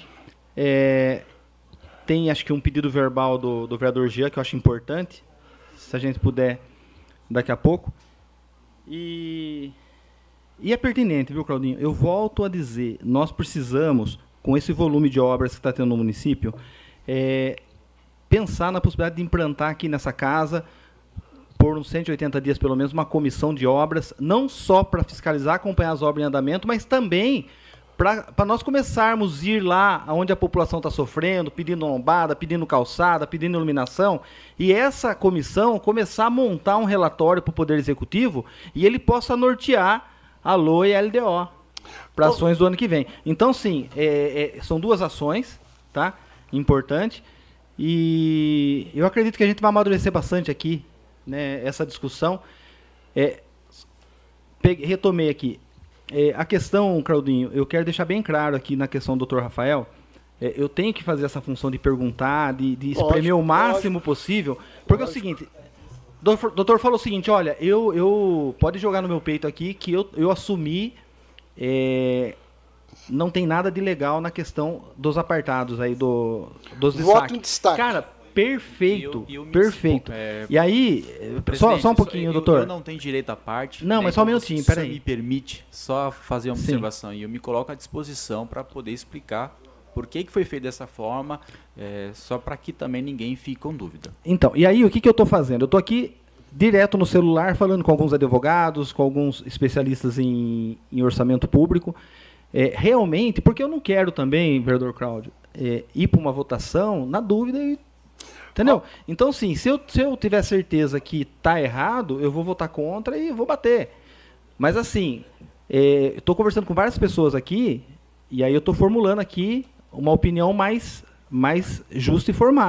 Tem, acho que, um pedido verbal do vereador Jean, que eu acho importante, se a gente puder, daqui a pouco. E é pertinente, viu, Claudinho? Eu volto a dizer, nós precisamos, com esse volume de obras que está tendo no município, pensar na possibilidade de implantar aqui nessa casa, por uns 180 dias pelo menos, uma comissão de obras, não só para fiscalizar, acompanhar as obras em andamento, mas também para nós começarmos a ir lá onde a população está sofrendo, pedindo lombada, pedindo calçada, pedindo iluminação, e essa comissão começar a montar um relatório para o Poder Executivo e ele possa nortear a LOA e a LDO para ações do ano que vem. Então, sim, são duas ações, tá? Importante, e eu acredito que a gente vai amadurecer bastante aqui, né, essa discussão. Retomei aqui. A questão, Claudinho, eu quero deixar bem claro aqui na questão do Dr. Rafael, eu tenho que fazer essa função de perguntar, de espremer o máximo possível, porque é o seguinte, o doutor falou o seguinte, olha, eu pode jogar no meu peito aqui que eu assumi, não tem nada de legal na questão dos apartados aí, dos destaques. Voto em destaque. Cara, perfeito, perfeito. E aí, só um pouquinho, doutor. Eu não tenho direito à parte. Não, mas só um minutinho, peraí. Se me permite só fazer uma observação, e eu me coloco à disposição para poder explicar por que foi feito dessa forma, só para que também ninguém fique com dúvida. Então, e aí o que eu estou fazendo? Eu estou aqui direto no celular, falando com alguns advogados, com alguns especialistas em orçamento público, realmente, porque eu não quero também, vereador Cláudio, ir para uma votação na dúvida e... Entendeu? Então, sim, se eu tiver certeza que está errado, eu vou votar contra e vou bater. Mas, assim, estou conversando com várias pessoas aqui, e aí eu estou formulando aqui uma opinião mais justa e formada.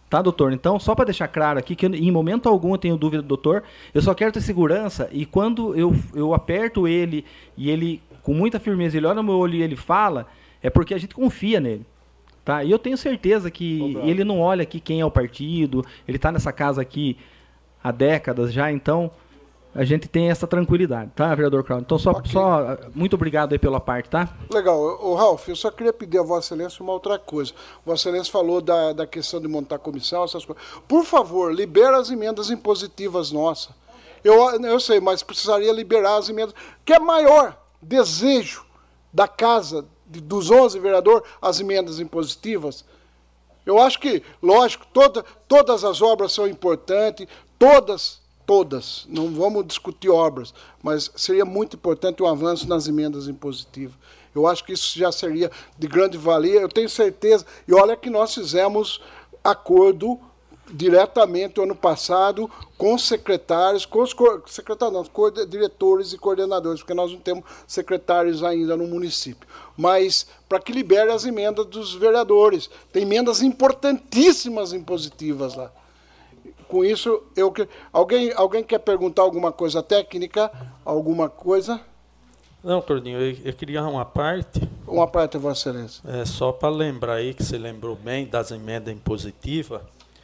Tá, doutor? Então, só para deixar claro aqui, que em momento algum eu tenho dúvida do doutor, eu só quero ter segurança, e quando eu aperto ele, e ele, com muita firmeza, ele olha no meu olho e ele fala, é porque a gente confia nele. Tá? E eu tenho certeza que ele não olha aqui quem é o partido, ele está nessa casa aqui há décadas já, então a gente tem essa tranquilidade, tá, vereador Claudio? Então, só muito obrigado aí pela parte, tá? Legal. Ô, Ralf, eu só queria pedir a Vossa Excelência uma outra coisa. Vossa Excelência falou da questão de montar comissão, essas coisas. Por favor, libera as emendas impositivas nossas. Eu sei, mas precisaria liberar as emendas, que é maior desejo da casa, dos 11 vereadores, as emendas impositivas. Eu acho que, lógico, todas as obras são importantes, todas, não vamos discutir obras, mas seria muito importante um avanço nas emendas impositivas. Eu acho que isso já seria de grande valia, eu tenho certeza, e olha que nós fizemos acordo diretamente ano passado com secretários, com diretores e coordenadores, porque nós não temos secretários ainda no município. Mas para que libere as emendas dos vereadores. Tem emendas importantíssimas impositivas lá. Com isso, alguém quer perguntar alguma coisa técnica? Alguma coisa? Não, Claudinho, eu queria uma parte. Uma parte, Vossa Excelência. Só para lembrar aí, que você lembrou bem das emendas impositivas,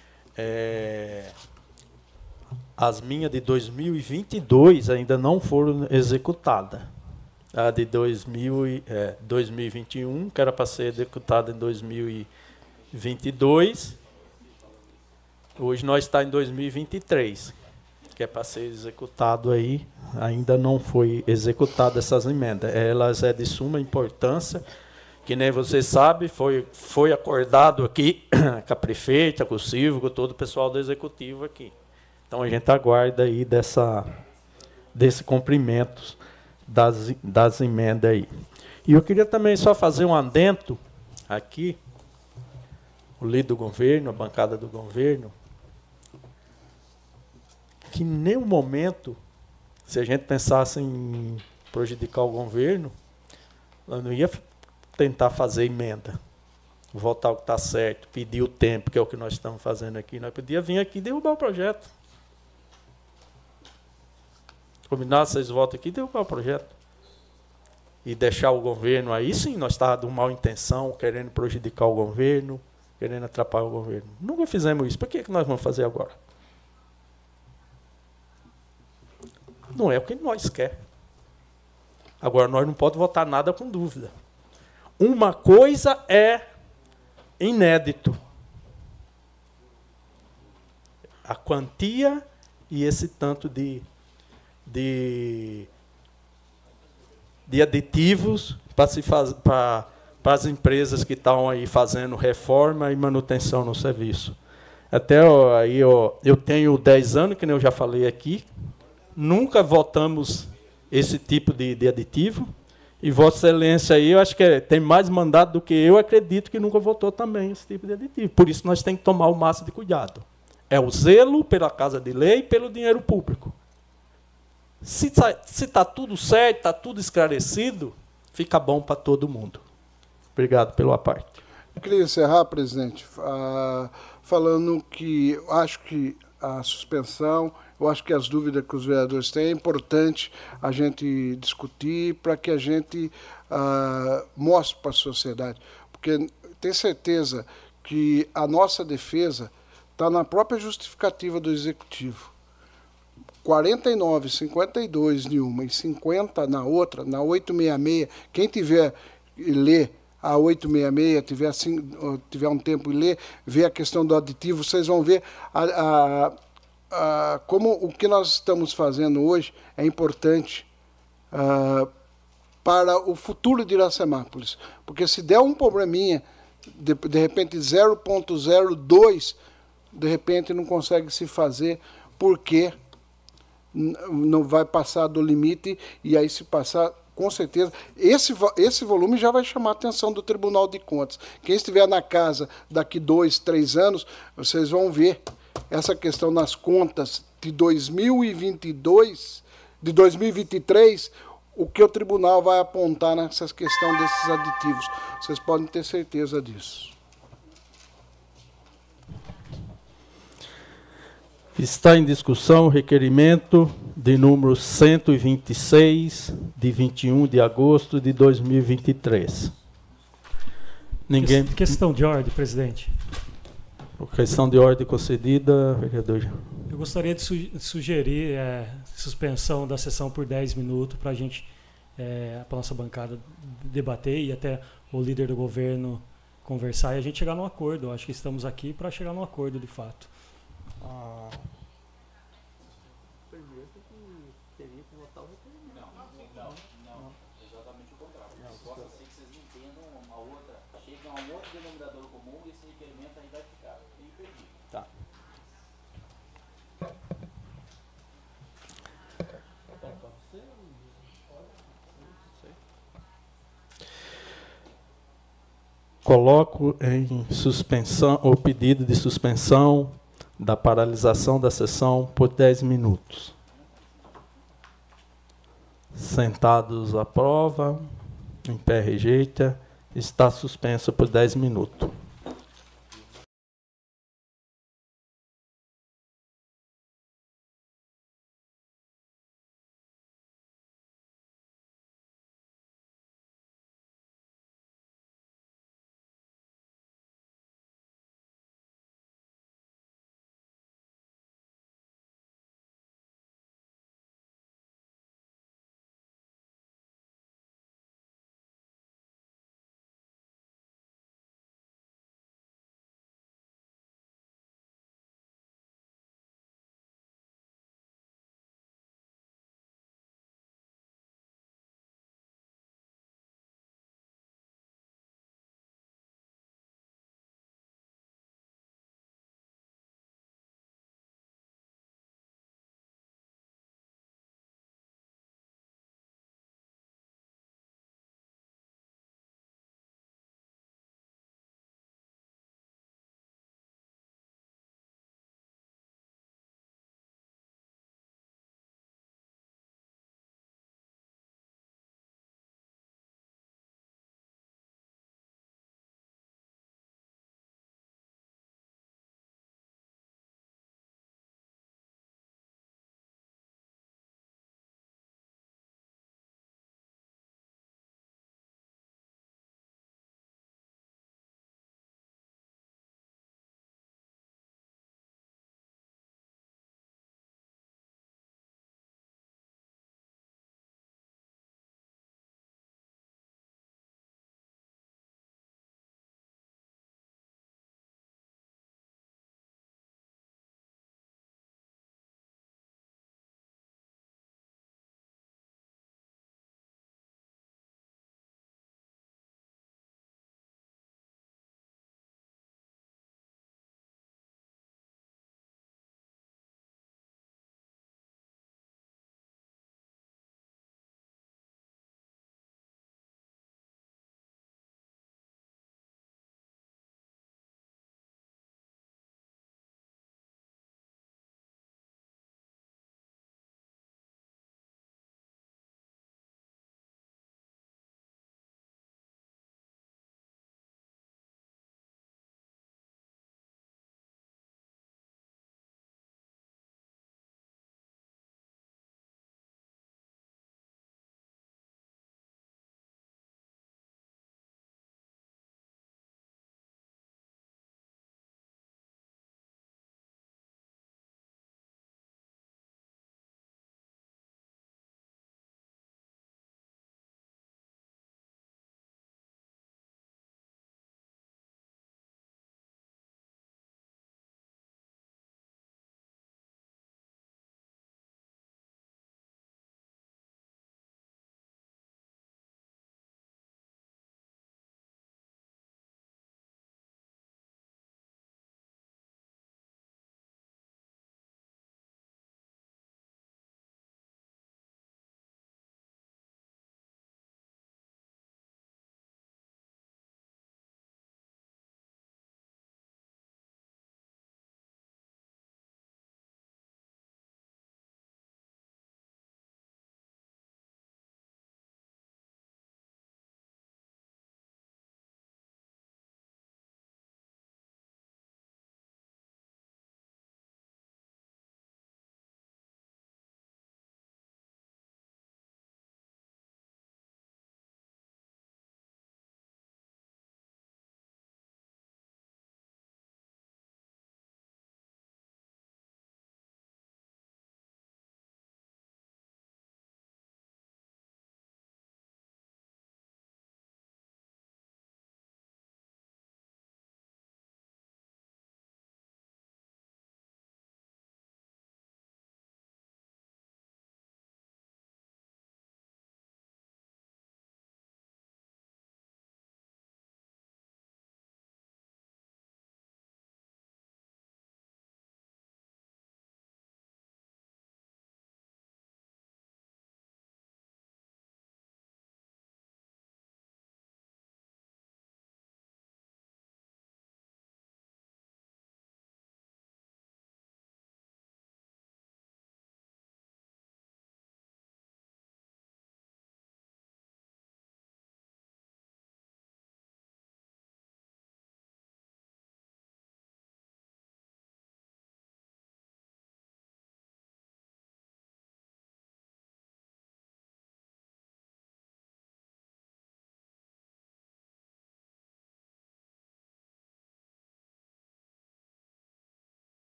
as minhas de 2022 ainda não foram executadas. A de 2021, que era para ser executada em 2022, hoje nós estamos em 2023, que é para ser executado aí, ainda não foi executada essas emendas. Elas é de suma importância, que nem você sabe, foi acordado aqui com a prefeita, com o Silvio, com todo o pessoal do executivo aqui. Então a gente aguarda aí desse cumprimento das emendas aí. E eu queria também só fazer um adendo aqui, o líder do governo, a bancada do governo, que em nenhum momento, se a gente pensasse em prejudicar o governo, nós não ia tentar fazer emenda, votar o que está certo, pedir o tempo, que é o que nós estamos fazendo aqui. Nós podíamos vir aqui e derrubar o projeto. Combinar, vocês votam aqui e derrubar o projeto. E deixar o governo aí, sim, nós estávamos de mal intenção, querendo prejudicar o governo, querendo atrapalhar o governo. Nunca fizemos isso. Por que nós vamos fazer agora? Não é o que nós queremos. Agora, nós não podemos votar nada com dúvida. Uma coisa é inédito. A quantia e esse tanto de aditivos para as empresas que estão aí fazendo reforma e manutenção no serviço. Até aí eu tenho 10 anos, que nem eu já falei aqui, nunca votamos esse tipo de aditivo. E Vossa Excelência aí, eu acho que tem mais mandato do que eu acredito que nunca votou também esse tipo de aditivo. Por isso nós temos que tomar o máximo de cuidado. É o zelo pela Casa de Lei e pelo dinheiro público. Se está tudo certo, está tudo esclarecido, fica bom para todo mundo. Obrigado pela parte. Eu queria encerrar, presidente, falando que acho que a suspensão, eu acho que as dúvidas que os vereadores têm é importante a gente discutir para que a gente mostre para a sociedade. Porque tenho certeza que a nossa defesa está na própria justificativa do Executivo. 49, 52 de uma e 50 na outra, na 866, quem tiver e ler a 866, tiver um tempo e ler, ver a questão do aditivo, vocês vão ver como o que nós estamos fazendo hoje é importante para o futuro de Iracemápolis. Porque se der um probleminha, de repente 0,02, de repente não consegue se fazer, porque não vai passar do limite, e aí se passar, com certeza, esse volume já vai chamar a atenção do Tribunal de Contas. Quem estiver na casa daqui 2, 3 anos, vocês vão ver essa questão nas contas de 2022, de 2023, o que o tribunal vai apontar nessa questão desses aditivos. Vocês podem ter certeza disso. Está em discussão o requerimento de número 126, de 21 de agosto de 2023. Ninguém... Questão de ordem, presidente. Questão de ordem concedida, vereador. Eu gostaria de sugerir suspensão da sessão por 10 minutos para a gente, para a nossa bancada debater e até o líder do governo conversar e a gente chegar num acordo. Eu acho que estamos aqui para chegar num acordo de fato. Primeiro teria que votar o requerimento. Não, exatamente o contrário. Possa ser que vocês entendam uma outra, chegam a um outro denominador comum e esse requerimento aí vai ficar impedido. Tá. Coloco em suspensão o pedido de suspensão da paralisação da sessão por 10 minutos. Sentados aprova, em pé rejeita, está suspenso por 10 minutos.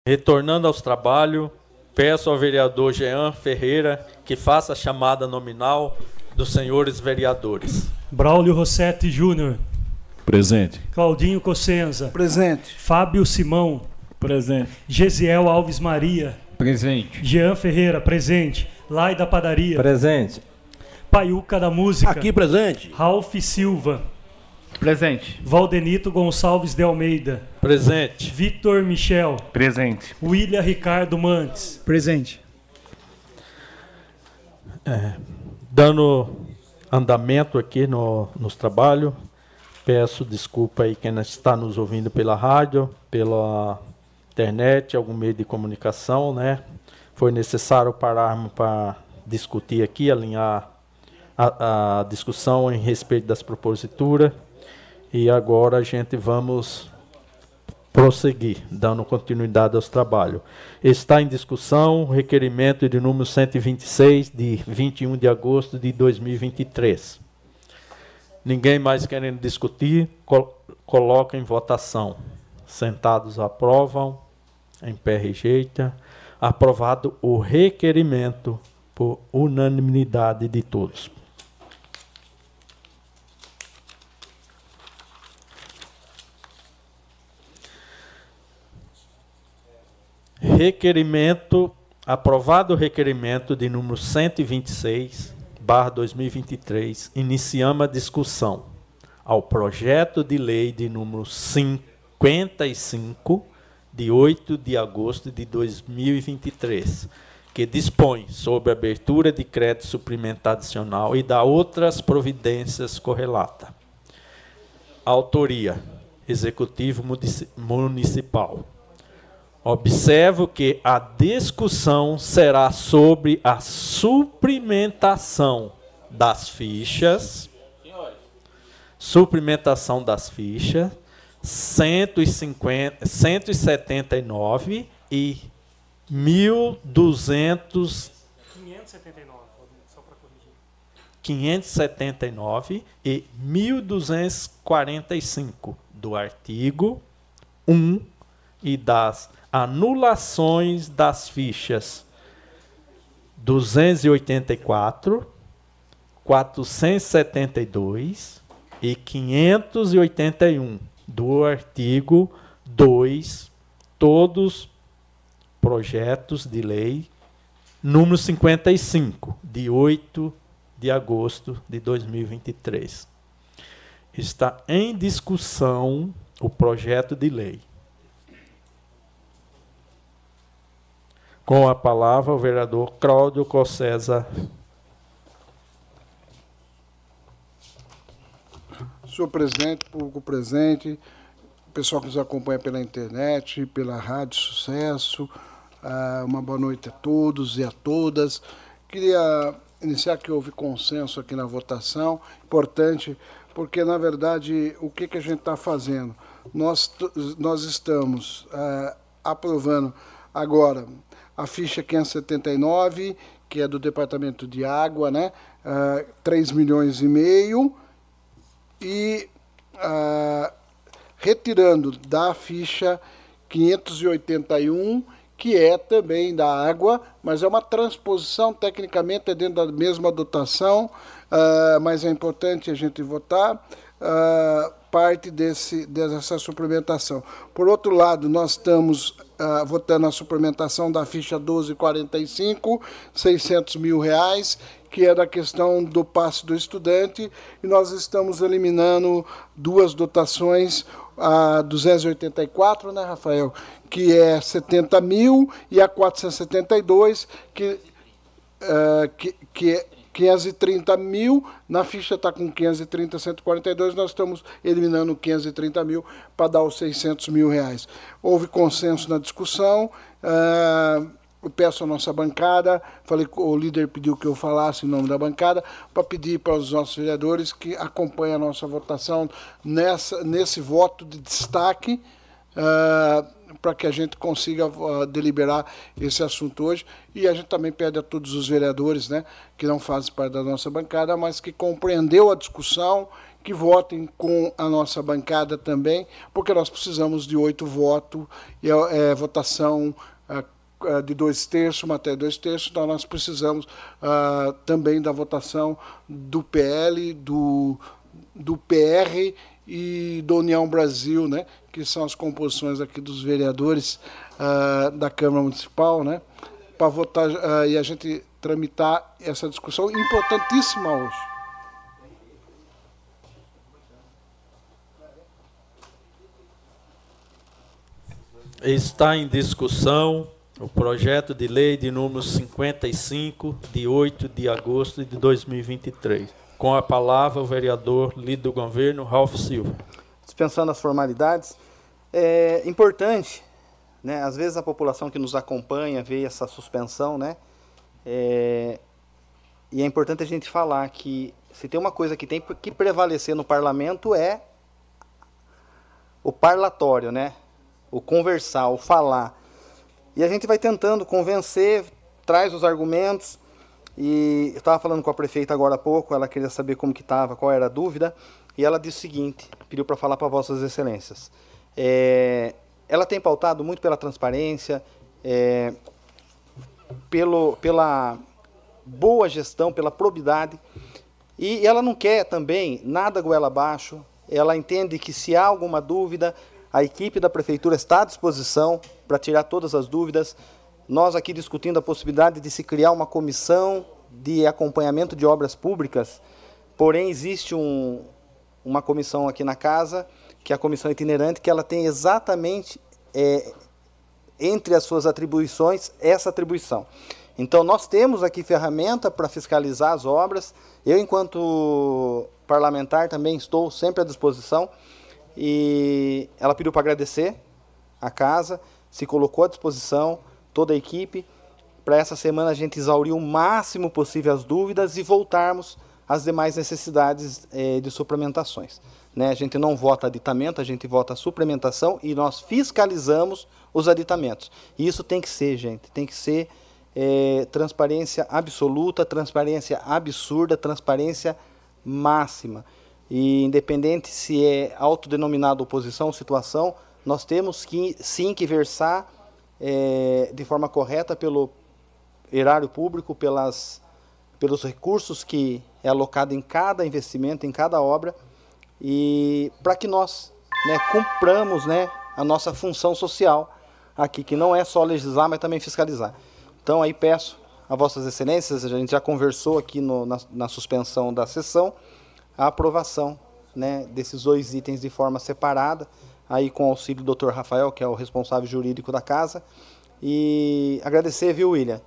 Retornando aos trabalhos, peço ao vereador Jean Ferreira que faça a chamada nominal dos senhores vereadores. Braulio Rossetti Júnior. Presente. Claudinho Cossenza. Presente. Fábio Simão. Presente. Gesiel Alves Maria. Presente. Jean Ferreira, presente. Lai da Padaria. Presente. Paiuca da Música. Aqui presente. Ralph Silva. Presente. Valdenito Gonçalves de Almeida. Presente. Vitor Michel. Presente. William Ricardo Mantes. Presente. Dando andamento aqui nos trabalhos, peço desculpa aí quem está nos ouvindo pela rádio, pela internet, algum meio de comunicação, né? Foi necessário pararmos para discutir aqui, alinhar a discussão em respeito das proposituras. E agora a gente vamos prosseguir, dando continuidade aos trabalhos. Está em discussão o requerimento de número 126, de 21 de agosto de 2023. Ninguém mais querendo discutir, coloca em votação. Sentados aprovam, em pé rejeita. Aprovado o requerimento por unanimidade de todos. Aprovado o requerimento de número 126/2023, iniciamos a discussão ao projeto de lei de número 55, de 8 de agosto de 2023, que dispõe sobre a abertura de crédito suplementar adicional e da outras providências correlatas. Autoria: Executivo Municipal. Observo que a discussão será sobre a suplementação das fichas. Suplementação das fichas 179 e 1.200. 579 e 1.245 do artigo 1 e das anulações das fichas 284, 472 e 581 do artigo 2, todos projetos de lei número 55, de 8 de agosto de 2023. Está em discussão o projeto de lei. Com a palavra, o vereador Cláudio Cossenza. Senhor presidente, público presente, pessoal que nos acompanha pela internet, pela Rádio Sucesso, uma boa noite a todos e a todas. Queria iniciar que houve consenso aqui na votação, importante, porque, na verdade, o que a gente está fazendo? Nós estamos aprovando agora a ficha 579, que é do Departamento de Água, né? 3,5 milhões, e retirando da ficha 581, que é também da água, mas é uma transposição, tecnicamente é dentro da mesma dotação, mas é importante a gente votar parte dessa suplementação. Por outro lado, nós estamos votando a suplementação da ficha 1245, R$600 mil, que é da questão do passe do estudante, e nós estamos eliminando duas dotações, a 284, né, Rafael, que é 70 mil, e a 472, que é 530 mil, na ficha está com 530, 142, nós estamos eliminando 530 mil para dar os R$600 mil. Houve consenso na discussão, eu peço à nossa bancada, o líder pediu que eu falasse em nome da bancada, para pedir para os nossos vereadores que acompanhem a nossa votação nesse voto de destaque, para que a gente consiga deliberar esse assunto hoje. E a gente também pede a todos os vereadores, né, que não fazem parte da nossa bancada, mas que compreendeu a discussão, que votem com a nossa bancada também, porque nós precisamos de 8 votos, e votação de 2/3, matéria 2/3, então nós precisamos também da votação do PL, do PR e do União Brasil, né, que são as composições aqui dos vereadores da Câmara Municipal, né, para votar e a gente tramitar essa discussão importantíssima hoje. Está em discussão o projeto de lei de número 55, de 8 de agosto de 2023. Com a palavra, o vereador líder do governo, Ralph Silva. Dispensando as formalidades, é importante, né, às vezes a população que nos acompanha vê essa suspensão, né, e é importante a gente falar que se tem uma coisa que tem que prevalecer no parlamento é o parlatório, né, o conversar, o falar. E a gente vai tentando convencer, traz os argumentos. E eu estava falando com a prefeita agora há pouco, ela queria saber como que estava, qual era a dúvida, e ela disse o seguinte, pediu para falar para vossas excelências. Ela tem pautado muito pela transparência, pela boa gestão, pela probidade, e ela não quer também nada goela abaixo. Ela entende que se há alguma dúvida, a equipe da prefeitura está à disposição para tirar todas as dúvidas. Nós aqui discutindo a possibilidade de se criar uma comissão de acompanhamento de obras públicas, porém existe uma comissão aqui na casa, que é a comissão itinerante, que ela tem exatamente entre as suas atribuições essa atribuição. Então nós temos aqui ferramenta para fiscalizar as obras. Eu, enquanto parlamentar, também estou sempre à disposição. E ela pediu para agradecer a casa, se colocou à disposição, toda a equipe, para essa semana a gente exaurir o máximo possível as dúvidas e voltarmos às demais necessidades de suplementações. Né? A gente não vota aditamento, a gente vota suplementação e nós fiscalizamos os aditamentos. E isso tem que ser, gente, tem que ser transparência absoluta, transparência absurda, transparência máxima. E independente se é autodenominada oposição ou situação, nós temos que sim que versar de forma correta pelo erário público, pelos recursos que é alocado em cada investimento, em cada obra, e para que nós, né, cumpramos, né, a nossa função social aqui, que não é só legislar, mas também fiscalizar. Então aí peço a vossas excelências, a gente já conversou aqui na suspensão da sessão, a aprovação, né, desses 2 itens de forma separada, aí com o auxílio do Dr. Rafael, que é o responsável jurídico da casa, e agradecer, viu, William?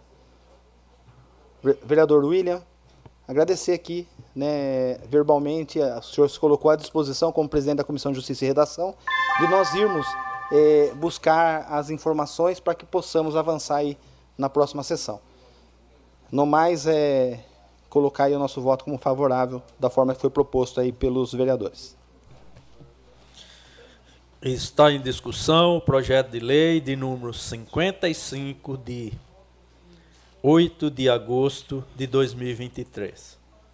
Vereador William, agradecer aqui, né, verbalmente, o senhor se colocou à disposição como presidente da Comissão de Justiça e Redação, de nós irmos buscar as informações para que possamos avançar aí na próxima sessão. No mais, colocar aí o nosso voto como favorável da forma que foi proposto aí pelos vereadores. Está em discussão o projeto de lei de número 55, de 8 de agosto de 2023.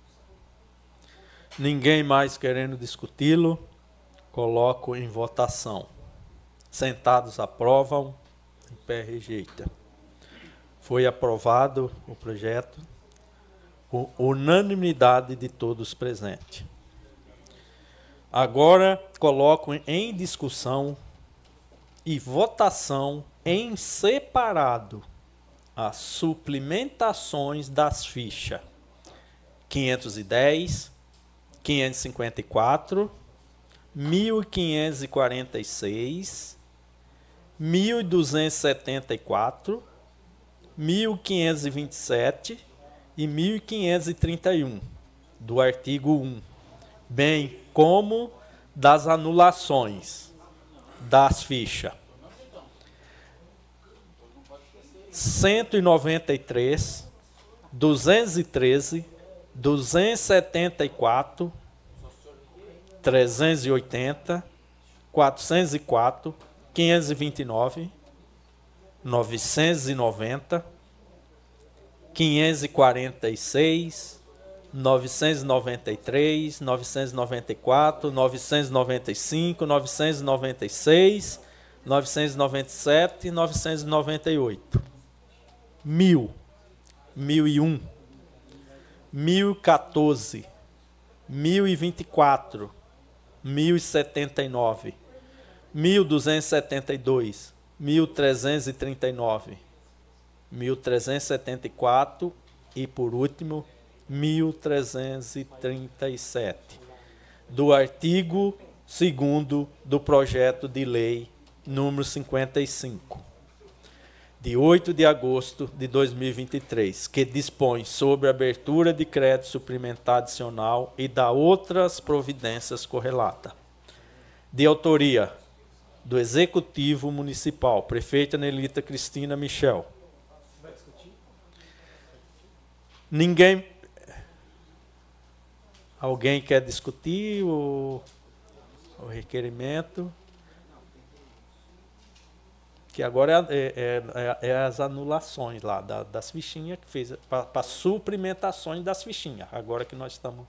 Ninguém mais querendo discuti-lo, coloco em votação. Sentados aprovam, em pé rejeita. Foi aprovado o projeto com unanimidade de todos presentes. Agora coloco em discussão e votação em separado as suplementações das fichas 510, 554, 1546, 1274, 1527 e 1531 do artigo 1, bem como das anulações das fichas 193, 213, 274, 380, 404, 529, 990, 546, 993, 994, 995, 996, 997 e 998. 1000, 1001, 1014, 1024, 1079, 1272, 1339, 1374 e, por último, 1337, do artigo 2º do projeto de lei número 55, de 8 de agosto de 2023, que dispõe sobre a abertura de crédito suplementar adicional e da outras providências correlatas. De autoria do Executivo Municipal, prefeita Nelita Cristina Michel. Ninguém... Alguém quer discutir o requerimento? Que agora é as anulações lá das fichinhas que fez para suplementações das fichinhas. Agora que nós estamos...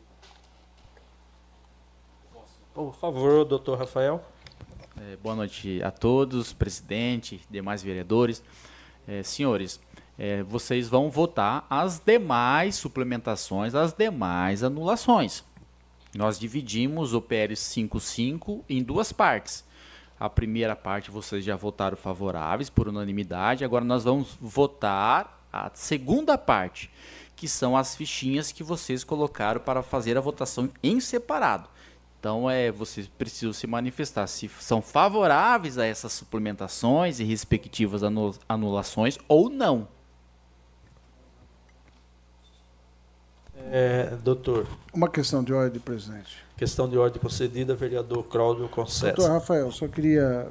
Por favor, doutor Rafael. Boa noite a todos, presidente, demais vereadores. Senhores, vocês vão votar as demais suplementações, as demais anulações. Nós dividimos o PL 55 em duas partes. A primeira parte vocês já votaram favoráveis por unanimidade, agora nós vamos votar a segunda parte, que são as fichinhas que vocês colocaram para fazer a votação em separado. Então, vocês precisam se manifestar se são favoráveis a essas suplementações e respectivas anulações ou não. Doutor. Uma questão de ordem, presidente. Questão de ordem concedida, vereador Cláudio Conceição. Doutor Rafael, só queria...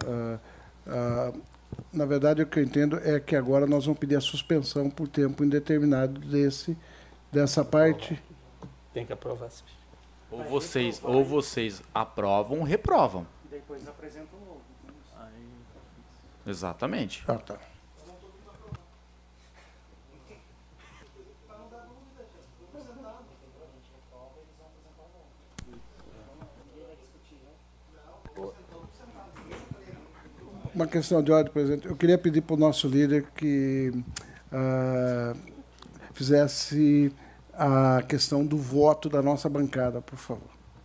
na verdade, o que eu entendo é que agora nós vamos pedir a suspensão por tempo indeterminado dessa parte. Tem que aprovar. Ou vocês aprovam ou reprovam. E depois apresentam um novo. Exatamente. Ah, tá. Uma questão de ordem, presidente. Eu queria pedir para o nosso líder que fizesse a questão do voto da nossa bancada, por favor.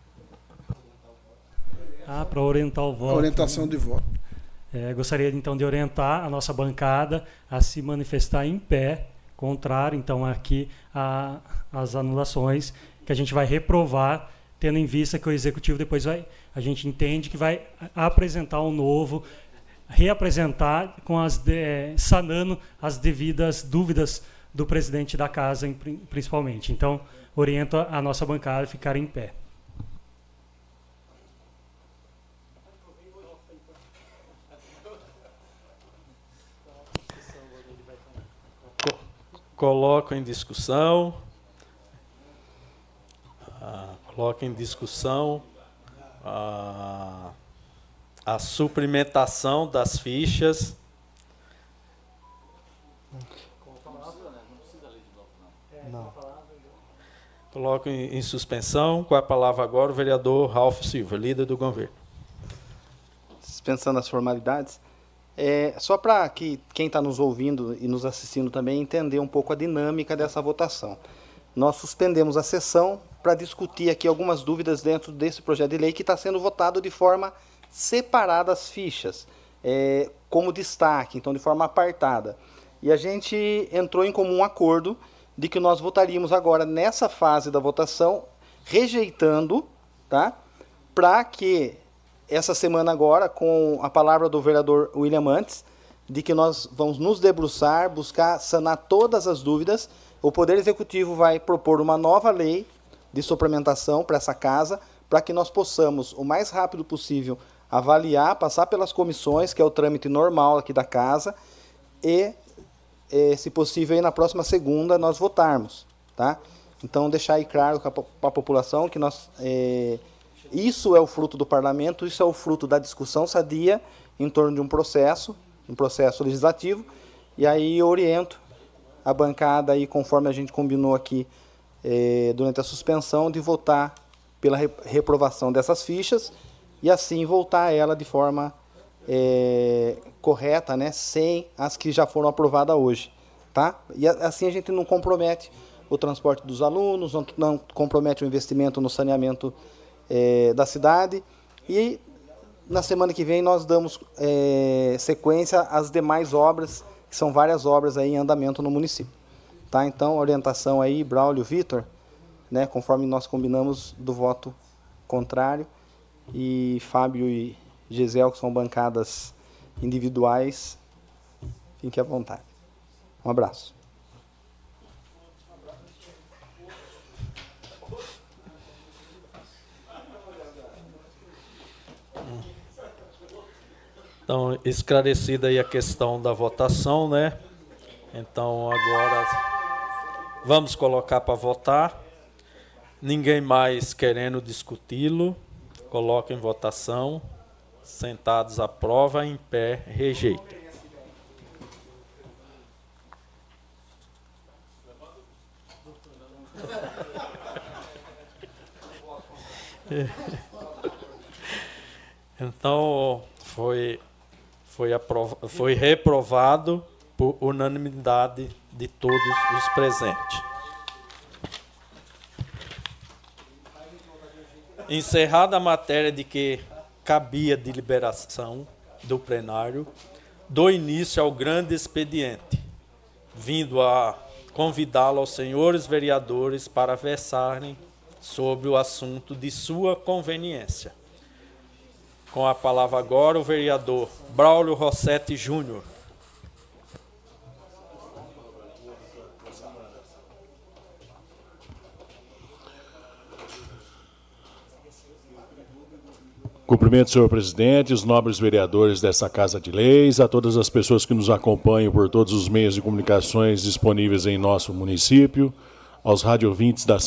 Para orientar o voto. A orientação de voto. Gostaria, então, de orientar a nossa bancada a se manifestar em pé, contrário, então, aqui às anulações, que a gente vai reprovar, tendo em vista que o Executivo depois a gente entende que vai apresentar um novo, reapresentar sanando as devidas dúvidas do presidente da casa, principalmente. Então, oriento a nossa bancada a ficar em pé. Coloco em discussão. A suplementação das fichas. Não. Coloco em suspensão. Com a palavra agora o vereador Ralph Silva, líder do governo. Dispensando as formalidades, só para que quem está nos ouvindo e nos assistindo também entender um pouco a dinâmica dessa votação. Nós suspendemos a sessão para discutir aqui algumas dúvidas dentro desse projeto de lei que está sendo votado de forma separada as fichas, como destaque, então de forma apartada. E a gente entrou em comum acordo de que nós votaríamos agora nessa fase da votação, rejeitando, tá? Para que essa semana agora, com a palavra do vereador William Mantes, de que nós vamos nos debruçar, buscar sanar todas as dúvidas. O Poder Executivo vai propor uma nova lei de suplementação para essa casa, para que nós possamos, o mais rápido possível, avaliar, passar pelas comissões, que é o trâmite normal aqui da casa, e, se possível, aí na próxima segunda nós votarmos, tá? Então, deixar aí claro para a população que nós... isso é o fruto do parlamento, isso é o fruto da discussão sadia em torno de um processo legislativo, e aí eu oriento a bancada, aí, conforme a gente combinou aqui durante a suspensão, de votar pela reprovação dessas fichas e assim voltar a ela de forma correta, né, sem as que já foram aprovadas hoje. Tá? E assim a gente não compromete o transporte dos alunos, não compromete o investimento no saneamento da cidade. E na semana que vem nós damos sequência às demais obras, que são várias obras aí em andamento no município. Tá? Então, orientação aí, Braulio, Vitor, né, conforme nós combinamos, do voto contrário, e Fábio e Gisel, que são bancadas individuais, fiquem à vontade. Um abraço. Então, esclarecida aí a questão da votação, né? Então, agora vamos colocar para votar. Ninguém mais querendo discuti-lo. Coloca em votação. Sentados, aprova. Em pé, rejeita. Então, foi reprovado por unanimidade de todos os presentes. Encerrada a matéria de que cabia deliberação do plenário, dou início ao grande expediente, vindo a convidá-lo aos senhores vereadores para versarem sobre o assunto de sua conveniência. Com a palavra agora o vereador Braulio Rossetti Júnior. Cumprimento, senhor presidente, os nobres vereadores dessa Casa de Leis, a todas as pessoas que nos acompanham por todos os meios de comunicações disponíveis em nosso município, aos radiovintes da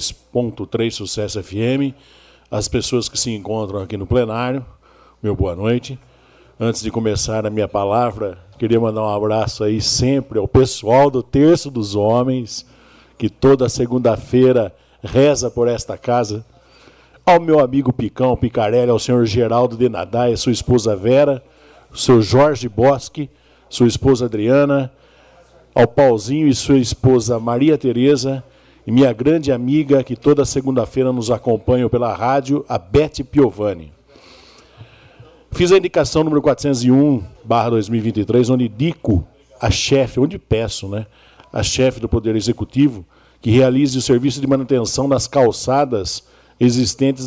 106.3 Sucesso FM, as pessoas que se encontram aqui no plenário, meu boa noite. Antes de começar a minha palavra, queria mandar um abraço aí sempre ao pessoal do Terço dos Homens, que toda segunda-feira reza por esta casa, ao meu amigo Picão, Picarelli, ao senhor Geraldo de Nadai, sua esposa Vera, o senhor Jorge Bosque, sua esposa Adriana, ao Pauzinho e sua esposa Maria Tereza, e minha grande amiga, que toda segunda-feira nos acompanha pela rádio, a Beth Piovani. Fiz a indicação número 401/2023, onde indico a chefe, onde peço, né, a chefe do Poder Executivo, que realize o serviço de manutenção das calçadas existentes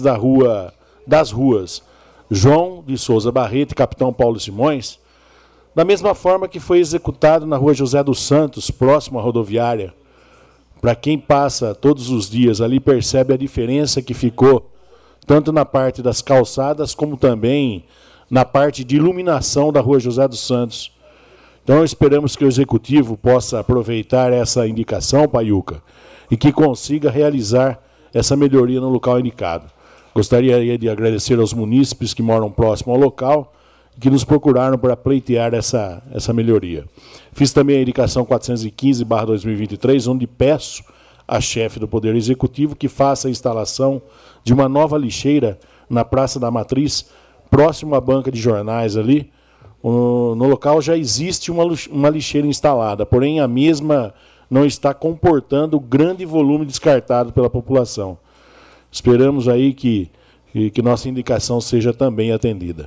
das ruas João de Souza Barreto e Capitão Paulo Simões, da mesma forma que foi executado na rua José dos Santos, próximo à rodoviária. Para quem passa todos os dias ali, percebe a diferença que ficou, tanto na parte das calçadas, como também na parte de iluminação da rua José dos Santos. Então, esperamos que o Executivo possa aproveitar essa indicação, Paiuca, e que consiga realizar essa melhoria no local indicado. Gostaria de agradecer aos munícipes que moram próximo ao local e que nos procuraram para pleitear essa melhoria. Fiz também a indicação 415/2023, onde peço à chefe do Poder Executivo que faça a instalação de uma nova lixeira na Praça da Matriz, próximo à banca de jornais ali. No local já existe uma lixeira instalada, porém a mesma não está comportando o grande volume descartado pela população. Esperamos aí que nossa indicação seja também atendida.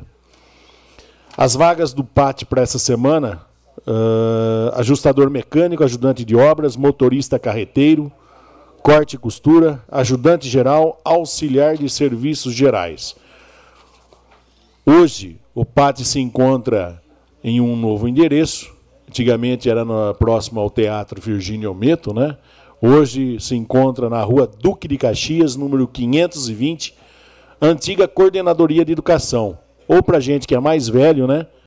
As vagas do PAT para essa semana, ajustador mecânico, ajudante de obras, motorista carreteiro, corte e costura, ajudante geral, auxiliar de serviços gerais. Hoje, o PAT se encontra em um novo endereço. Antigamente era próximo ao Teatro Virgínio Ometo, né? Hoje se encontra na rua Duque de Caxias, número 520, antiga Coordenadoria de Educação. Ou para gente que é mais velho, né?